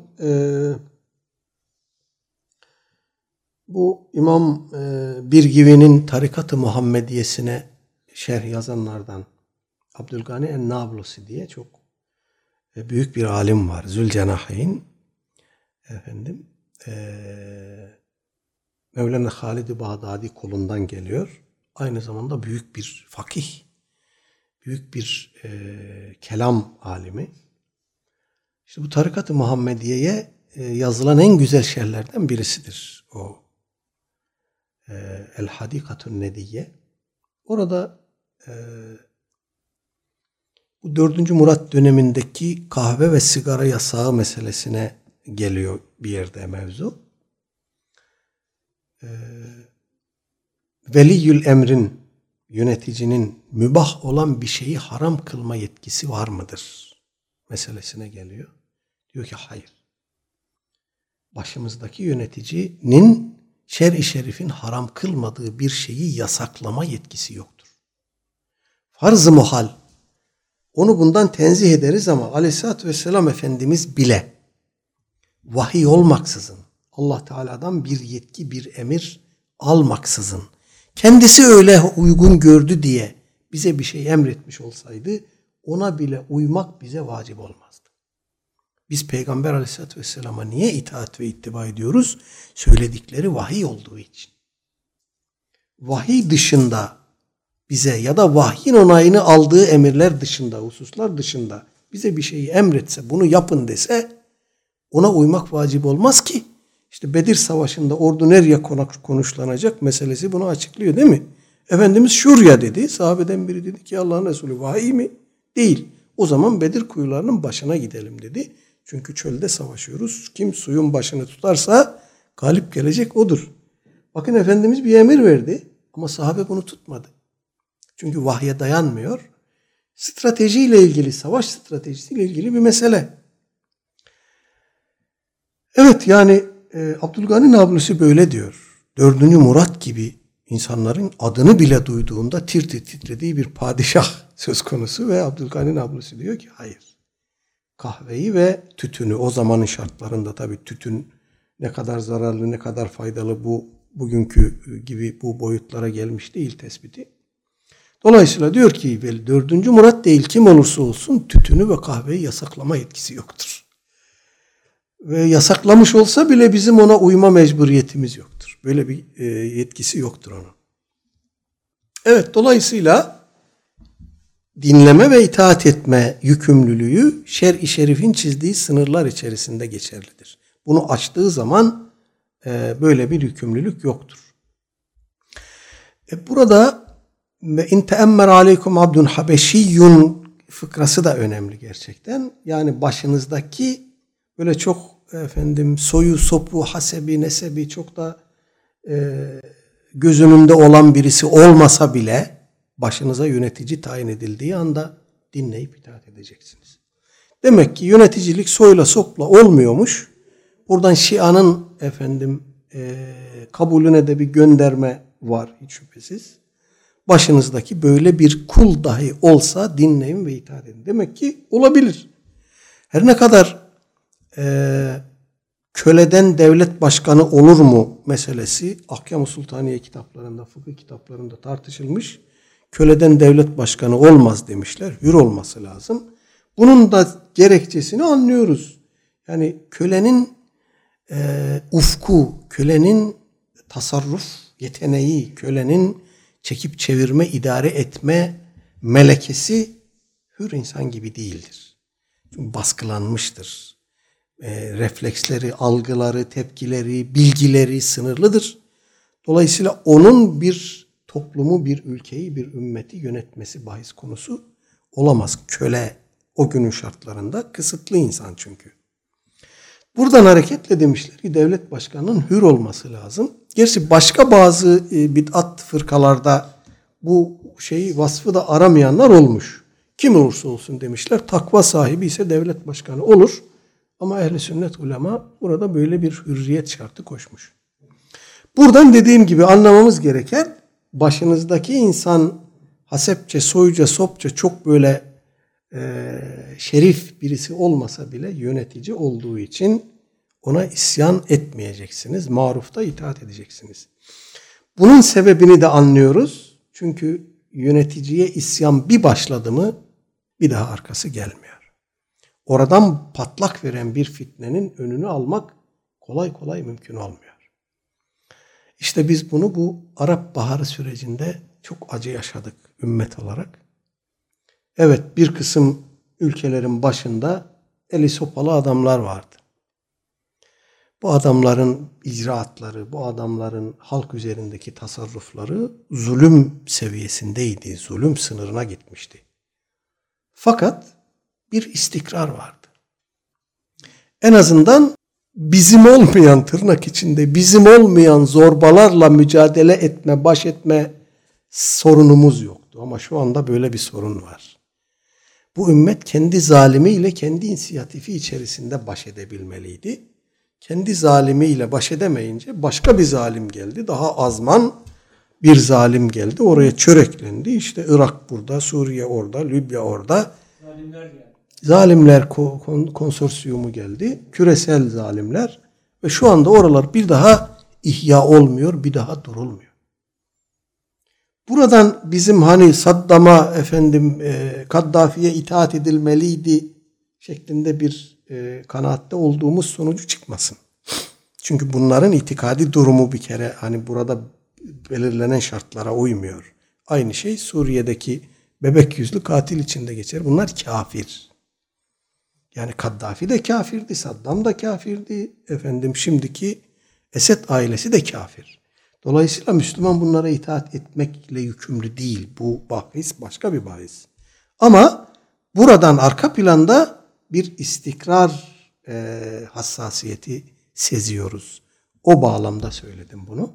bu İmam Birgivi'nin Tarikat-ı Muhammediyesine şerh yazanlardan Abdülgani en-Nablusi diye çok büyük bir alim var. Zülcenahayn Mevlana Halid-i Bağdadi kolundan geliyor. Aynı zamanda büyük bir fakih, büyük bir kelam alimi. İşte bu Tarikat-ı Muhammediye'ye yazılan en güzel şerhlerden birisidir o El-Hadikatun Nediye. Orada bu 4. Murat dönemindeki kahve ve sigara yasağı meselesine geliyor bir yerde mevzu. Veliyül emrin, yöneticinin mübah olan bir şeyi haram kılma yetkisi var mıdır meselesine geliyor. Diyor ki hayır. Başımızdaki yöneticinin şer-i şerifin haram kılmadığı bir şeyi yasaklama yetkisi yoktur. Farz-ı muhal. Onu bundan tenzih ederiz ama Aleyhisselatü Vesselam Efendimiz bile vahiy olmaksızın Allah Teala'dan bir yetki, bir emir almaksızın kendisi öyle uygun gördü diye bize bir şey emretmiş olsaydı ona bile uymak bize vacip olmazdı. Biz Peygamber Aleyhisselatü Vesselam'a niye itaat ve ittiba ediyoruz? Söyledikleri vahiy olduğu için. Vahiy dışında bize ya da vahyin onayını aldığı emirler dışında, hususlar dışında bize bir şeyi emretse, bunu yapın dese ona uymak vacip olmaz ki. İşte Bedir Savaşı'nda ordu nereye konuşlanacak meselesi bunu açıklıyor değil mi? Efendimiz şuraya dedi. Sahabeden biri dedi ki Allah'ın Resulü vahiy mi? Değil. O zaman Bedir kuyularının başına gidelim dedi. Çünkü çölde savaşıyoruz. Kim suyun başını tutarsa galip gelecek odur. Bakın Efendimiz bir emir verdi ama sahabe bunu tutmadı. Çünkü vahye dayanmıyor. Stratejiyle ilgili, savaş stratejisiyle ilgili bir mesele. Evet yani Abdülgani Nablusi böyle diyor. 4. Murat gibi insanların adını bile duyduğunda tir tir titrediği bir padişah söz konusu ve Abdülgani Nablusi diyor ki hayır. Kahveyi ve tütünü, o zamanın şartlarında tabii tütün ne kadar zararlı ne kadar faydalı bu bugünkü gibi bu boyutlara gelmiş değil tespiti. Dolayısıyla diyor ki 4. Murat değil kim olursa olsun tütünü ve kahveyi yasaklama yetkisi yoktur. Ve yasaklamış olsa bile bizim ona uyma mecburiyetimiz yoktur. Böyle bir yetkisi yoktur onun. Evet, dolayısıyla dinleme ve itaat etme yükümlülüğü şer-i şerifin çizdiği sınırlar içerisinde geçerlidir. Bunu aştığı zaman böyle bir yükümlülük yoktur. Burada ve in teemmer aleykum abdun habeşiyyun fıkrası da önemli gerçekten. Yani başınızdaki böyle çok soyu, sopu, hasebi, nesebi çok da göz önünde olan birisi olmasa bile başınıza yönetici tayin edildiği anda dinleyip itaat edeceksiniz. Demek ki yöneticilik soyla sopla olmuyormuş. Buradan Şia'nın kabulüne de bir gönderme var hiç şüphesiz. Başınızdaki böyle bir kul dahi olsa dinleyin ve itaat edin. Demek ki olabilir. Her ne kadar köleden devlet başkanı olur mu meselesi Ahkam-ı Sultaniye kitaplarında, fıkıh kitaplarında tartışılmış. Köleden devlet başkanı olmaz demişler. Hür olması lazım. Bunun da gerekçesini anlıyoruz. Yani kölenin ufku, kölenin tasarruf yeteneği, kölenin çekip çevirme, idare etme melekesi hür insan gibi değildir. Çünkü baskılanmıştır. Refleksleri, algıları, tepkileri, bilgileri sınırlıdır. Dolayısıyla onun bir toplumu, bir ülkeyi, bir ümmeti yönetmesi bahis konusu olamaz. Köle o günün şartlarında kısıtlı insan çünkü. Buradan hareketle demişler ki devlet başkanının hür olması lazım. Gerçi başka bazı bid'at fırkalarda bu vasfı da aramayanlar olmuş. Kim olursa olsun demişler. Takva sahibi ise devlet başkanı olur. Ama ehl-i sünnet ulema burada böyle bir hürriyet şartı koşmuş. Buradan dediğim gibi anlamamız gereken başınızdaki insan hasepçe, soyca, sopça çok böyle şerif birisi olmasa bile yönetici olduğu için ona isyan etmeyeceksiniz. Marufta itaat edeceksiniz. Bunun sebebini de anlıyoruz. Çünkü yöneticiye isyan bir başladı mı bir daha arkası gelmiyor. Oradan patlak veren bir fitnenin önünü almak kolay kolay mümkün olmuyor. İşte biz bunu bu Arap Baharı sürecinde çok acı yaşadık ümmet olarak. Evet, bir kısım ülkelerin başında eli sopalı adamlar vardı. Bu adamların icraatları, bu adamların halk üzerindeki tasarrufları zulüm seviyesindeydi, zulüm sınırına gitmişti. Fakat bir istikrar vardı. En azından bizim olmayan, tırnak içinde bizim olmayan zorbalarla mücadele etme, baş etme sorunumuz yoktu. Ama şu anda böyle bir sorun var. Bu ümmet kendi zalimiyle, kendi inisiyatifi içerisinde baş edebilmeliydi. Kendi zalimiyle baş edemeyince başka bir zalim geldi. Daha azman bir zalim geldi. Oraya çöreklendi. İşte Irak burada, Suriye orada, Libya orada. Zalimler geldi. Zalimler konsorsiyumu geldi. Küresel zalimler. Ve şu anda oralar bir daha ihya olmuyor, bir daha durulmuyor. Buradan bizim hani Saddam'a Kaddafi'ye itaat edilmeliydi şeklinde bir kanaatte olduğumuz sonucu çıkmasın. Çünkü bunların itikadi durumu bir kere hani burada belirlenen şartlara uymuyor. Aynı şey Suriye'deki bebek yüzlü katil içinde geçer. Bunlar kafir. Yani Kaddafi de kafirdi, Saddam da kafirdi. Şimdiki Esed ailesi de kafir. Dolayısıyla Müslüman bunlara itaat etmekle yükümlü değil. Bu bahis başka bir bahis. Ama buradan arka planda bir istikrar hassasiyeti seziyoruz. O bağlamda söyledim bunu.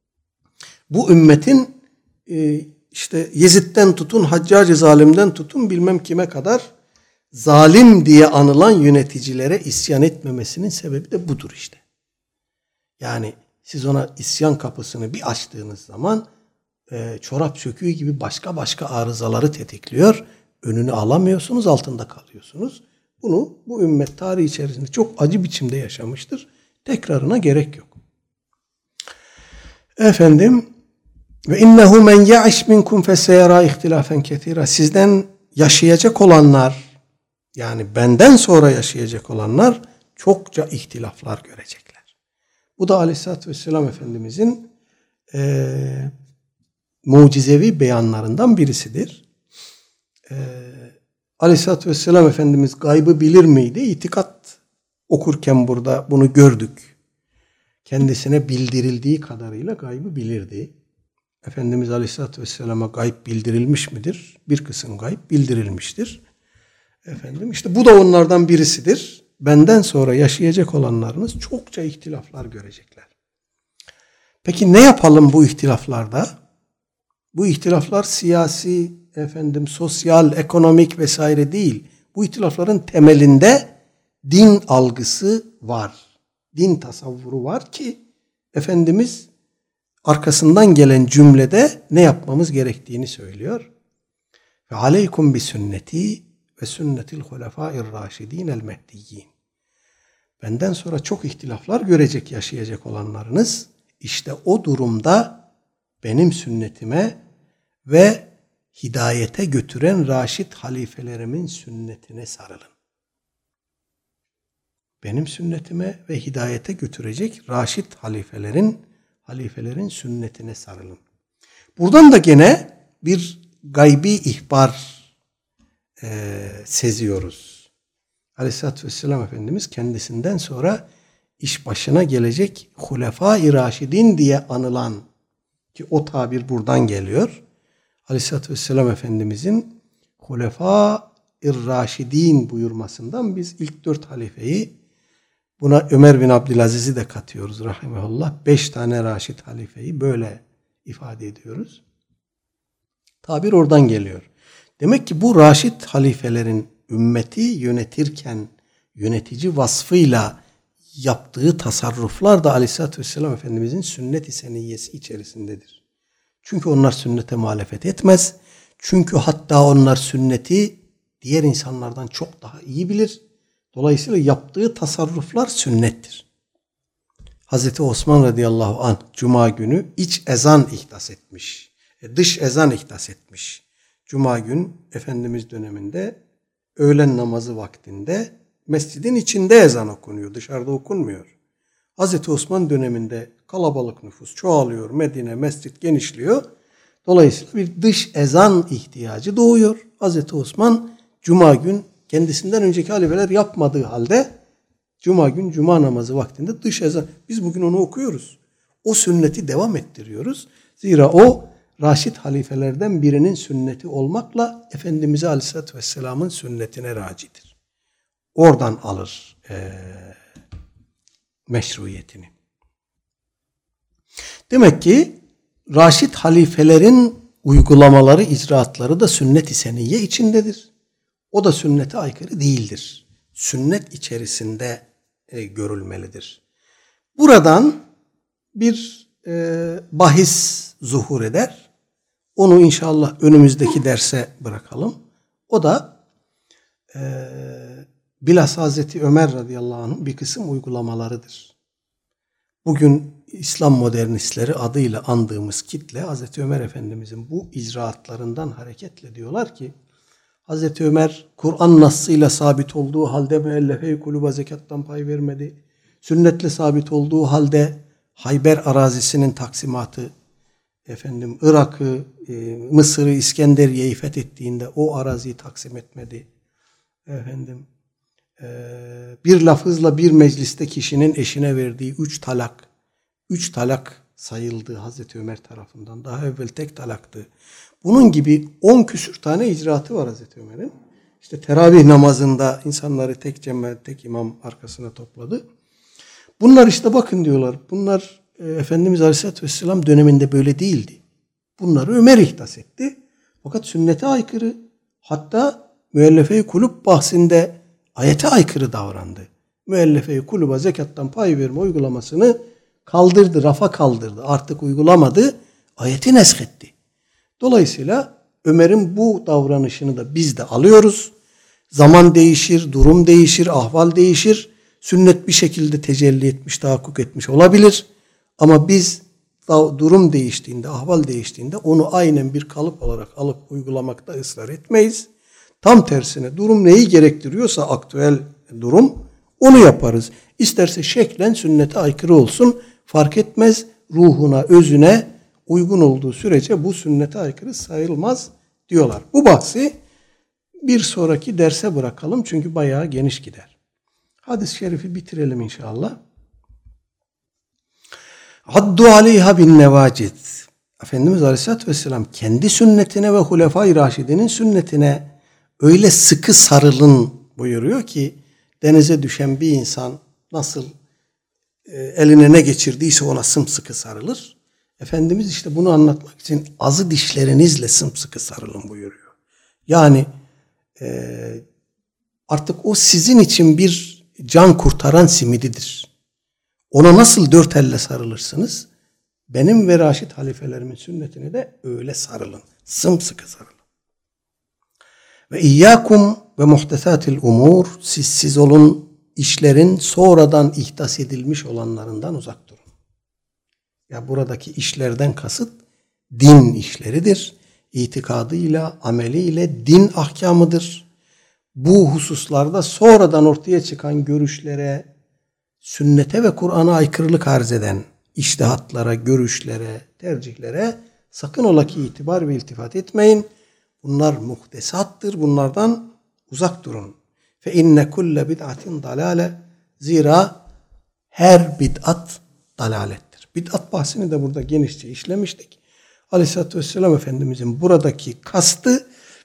Bu ümmetin işte Yezid'den tutun, Haccac-ı Zalim'den tutun bilmem kime kadar zalim diye anılan yöneticilere isyan etmemesinin sebebi de budur işte. Yani siz ona isyan kapısını bir açtığınız zaman çorap söküğü gibi başka arızaları tetikliyor. Önünü alamıyorsunuz, altında kalıyorsunuz. Bunu bu ümmet tarihi içerisinde çok acı biçimde yaşamıştır. Tekrarına gerek yok. Efendim, ve innehu men ya'iş minkum feseyara ihtilafen ketira. Sizden yaşayacak olanlar, yani benden sonra yaşayacak olanlar çokça ihtilaflar görecekler. Bu da Aleyhisselatü Vesselam Efendimizin mucizevi beyanlarından birisidir. Aleyhisselatü Vesselam Efendimiz gaybı bilir miydi? İtikat okurken burada bunu gördük. Kendisine bildirildiği kadarıyla gaybı bilirdi. Efendimiz Aleyhisselatü Vesselam'a gayb bildirilmiş midir? Bir kısım gayb bildirilmiştir. Efendim işte bu da onlardan birisidir. Benden sonra yaşayacak olanlarınız çokça ihtilaflar görecekler. Peki ne yapalım bu ihtilaflarda? Bu ihtilaflar siyasi, sosyal, ekonomik vesaire değil. Bu ihtilafların temelinde din algısı var. Din tasavvuru var ki Efendimiz arkasından gelen cümlede ne yapmamız gerektiğini söylüyor. Ve aleykum bi sünneti ve sünnetil hulefâir râşidînel mehdiyyin. Benden sonra çok ihtilaflar görecek, yaşayacak olanlarınız, işte o durumda benim sünnetime ve hidayete götüren raşid halifelerimin sünnetine sarılın. Benim sünnetime ve hidayete götürecek raşid halifelerin sünnetine sarılın. Buradan da gene bir gaybi ihbar seziyoruz. Aleyhisselatü Vesselam Efendimiz kendisinden sonra iş başına gelecek Hulefâ-i Raşidin diye anılan, ki o tabir buradan geliyor. Aleyhisselatü Vesselam Efendimizin Hulefâ-i Raşidin buyurmasından biz ilk 4 halifeyi, buna Ömer bin Abdülaziz'i de katıyoruz rahimehullah. 5 tane Raşid halifeyi böyle ifade ediyoruz. Tabir oradan geliyor. Demek ki bu Raşid halifelerin ümmeti yönetirken yönetici vasfıyla yaptığı tasarruflar da Aleyhisselatü Vesselam Efendimizin sünnet-i seniyyesi içerisindedir. Çünkü onlar sünnete muhalefet etmez. Çünkü hatta onlar sünneti diğer insanlardan çok daha iyi bilir. Dolayısıyla yaptığı tasarruflar sünnettir. Hazreti Osman radıyallahu anh Cuma günü iç ezan ihdas etmiş. Dış ezan ihdas etmiş. Cuma gün Efendimiz döneminde öğlen namazı vaktinde mescidin içinde ezan okunuyor. Dışarıda okunmuyor. Hazreti Osman döneminde kalabalık nüfus çoğalıyor. Medine mescit genişliyor. Dolayısıyla bir dış ezan ihtiyacı doğuyor. Hazreti Osman Cuma gün kendisinden önceki halifeler yapmadığı halde Cuma gün Cuma namazı vaktinde dış ezan. Biz bugün onu okuyoruz. O sünneti devam ettiriyoruz. Zira o Raşid halifelerden birinin sünneti olmakla Efendimiz Aleyhisselatü Vesselam'ın sünnetine racidir. Oradan alır meşruiyetini. Demek ki Raşid halifelerin uygulamaları, icraatları da sünnet-i seniyye içindedir. O da sünnete aykırı değildir. Sünnet içerisinde görülmelidir. Buradan bir bahis zuhur eder. Onu inşallah önümüzdeki derse bırakalım. O da bilhassa Hazreti Ömer radıyallahu anh'ın bir kısım uygulamalarıdır. Bugün İslam modernistleri adıyla andığımız kitle Hazreti Ömer Efendimizin bu icraatlarından hareketle diyorlar ki Hazreti Ömer Kur'an nassıyla sabit olduğu halde müellefe-i kuluba zekattan pay vermedi. Sünnetle sabit olduğu halde Hayber arazisinin taksimatı, Irak'ı, Mısır'ı, İskenderiye'yi fethettiğinde o araziyi taksim etmedi. Bir lafızla bir mecliste kişinin eşine verdiği 3 talak sayıldı Hazreti Ömer tarafından. Daha evvel tek talaktı. Bunun gibi 10 küsür tane icraatı var Hazreti Ömer'in. İşte teravih namazında insanları tek cemaat, tek imam arkasına topladı. Bunlar işte bakın diyorlar. Bunlar Efendimiz Aleyhisselatü Vesselam döneminde böyle değildi. Bunları Ömer ihdas etti. Fakat sünnete aykırı. Hatta müellefe-i kulüp bahsinde ayete aykırı davrandı. Müellefe-i kulübe zekattan pay verme uygulamasını kaldırdı, rafa kaldırdı. Artık uygulamadı, ayeti neshetti. Dolayısıyla Ömer'in bu davranışını da biz de alıyoruz. Zaman değişir, durum değişir, ahval değişir. Sünnet bir şekilde tecelli etmiş, tahakkuk etmiş olabilir. Ama biz durum değiştiğinde, ahval değiştiğinde onu aynen bir kalıp olarak alıp uygulamakta ısrar etmeyiz. Tam tersine durum neyi gerektiriyorsa aktüel durum onu yaparız. İsterse şeklen sünnete aykırı olsun fark etmez, ruhuna, özüne uygun olduğu sürece bu sünnete aykırı sayılmaz diyorlar. Bu bahsi bir sonraki derse bırakalım çünkü bayağı geniş gider. Hadis-i şerifi bitirelim inşallah. Addu aleyha bin nevacid. Efendimiz Aleyhisselatü Vesselam kendi sünnetine ve Hulefai Raşidinin sünnetine öyle sıkı sarılın buyuruyor ki denize düşen bir insan nasıl eline ne geçirdiyse ona sımsıkı sarılır. Efendimiz işte bunu anlatmak için azı dişlerinizle sımsıkı sarılın buyuruyor. Yani artık o sizin için bir can kurtaran simididir. Ona nasıl dört elle sarılırsınız? Benim ve Raşid halifelerimin sünnetine de öyle sarılın. Sımsıkı sarılın. Ve iyyakum ve muhtesatil umur. Siz olun işlerin sonradan ihdas edilmiş olanlarından uzak durun. Ya buradaki işlerden kasıt din işleridir. İtikadıyla, ameliyle din ahkamıdır. Bu hususlarda sonradan ortaya çıkan görüşlere, sünnete ve Kur'an'a aykırılık arz eden içtihatlara, görüşlere, tercihlere sakın ola ki itibar ve iltifat etmeyin. Bunlar muhtesattır. Bunlardan uzak durun. Fe inne kulle bid'atin dalale. Zira her bid'at dalalettir. Bid'at bahsini de burada genişçe işlemiştik. Aleyhisselatü Vesselam Efendimizin buradaki kastı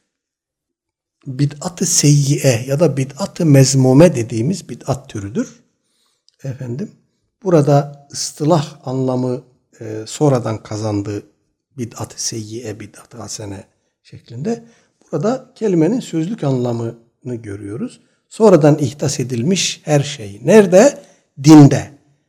bid'at-ı seyyiye ya da bid'at-ı mezmume dediğimiz bid'at türüdür. Efendim, burada ıstılah anlamı sonradan kazandığı bid'at-ı seyyiye, bid'at-ı hasene şeklinde. Burada kelimenin sözlük anlamını görüyoruz. Sonradan ihdas edilmiş her şey. Nerede? Dinde.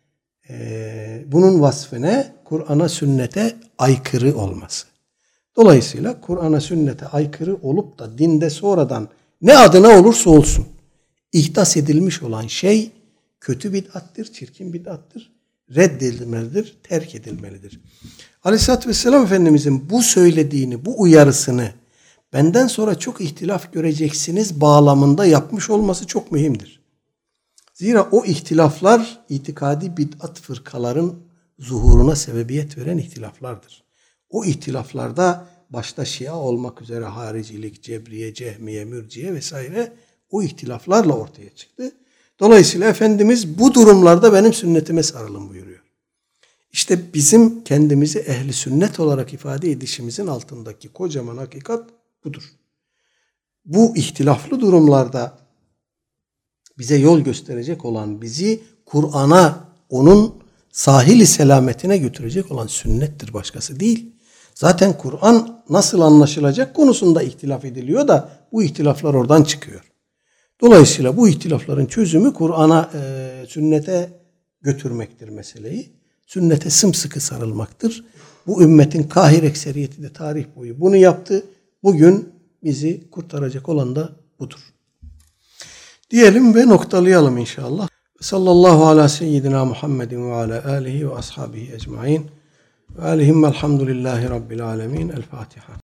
Bunun vasfı ne? Kur'an'a, sünnete aykırı olması. Dolayısıyla Kur'an'a, sünnete aykırı olup da dinde sonradan ne adına olursa olsun ihdas edilmiş olan şey kötü bid'attır, çirkin bid'attır, reddedilmelidir, terk edilmelidir. Aleyhisselatü Vesselam Efendimizin bu söylediğini, bu uyarısını benden sonra çok ihtilaf göreceksiniz bağlamında yapmış olması çok mühimdir. Zira o ihtilaflar itikadi bid'at fırkaların zuhuruna sebebiyet veren ihtilaflardır. O ihtilaflarda başta Şia olmak üzere haricilik, cebriye, cehmiye, mürciye vesaire o ihtilaflarla ortaya çıktı. Dolayısıyla Efendimiz bu durumlarda benim sünnetime sarılın buyuruyor. İşte bizim kendimizi ehli sünnet olarak ifade edişimizin altındaki kocaman hakikat budur. Bu ihtilaflı durumlarda bize yol gösterecek olan, bizi Kur'an'a, onun sahil-i selametine götürecek olan sünnettir, başkası değil. Zaten Kur'an nasıl anlaşılacak konusunda ihtilaf ediliyor da bu ihtilaflar oradan çıkıyor. Dolayısıyla bu ihtilafların çözümü Kur'an'a, sünnete götürmektir meseleyi. Sünnete sımsıkı sarılmaktır. Bu ümmetin kahir ekseriyeti de tarih boyu bunu yaptı. Bugün bizi kurtaracak olan da budur. Diyelim ve noktalayalım inşallah. Sallallahu ala seyyidina Muhammedin ve ala alihi ve ashabihi ecmain. Ve alihim elhamdülillahi rabbil alemin. El Fatiha.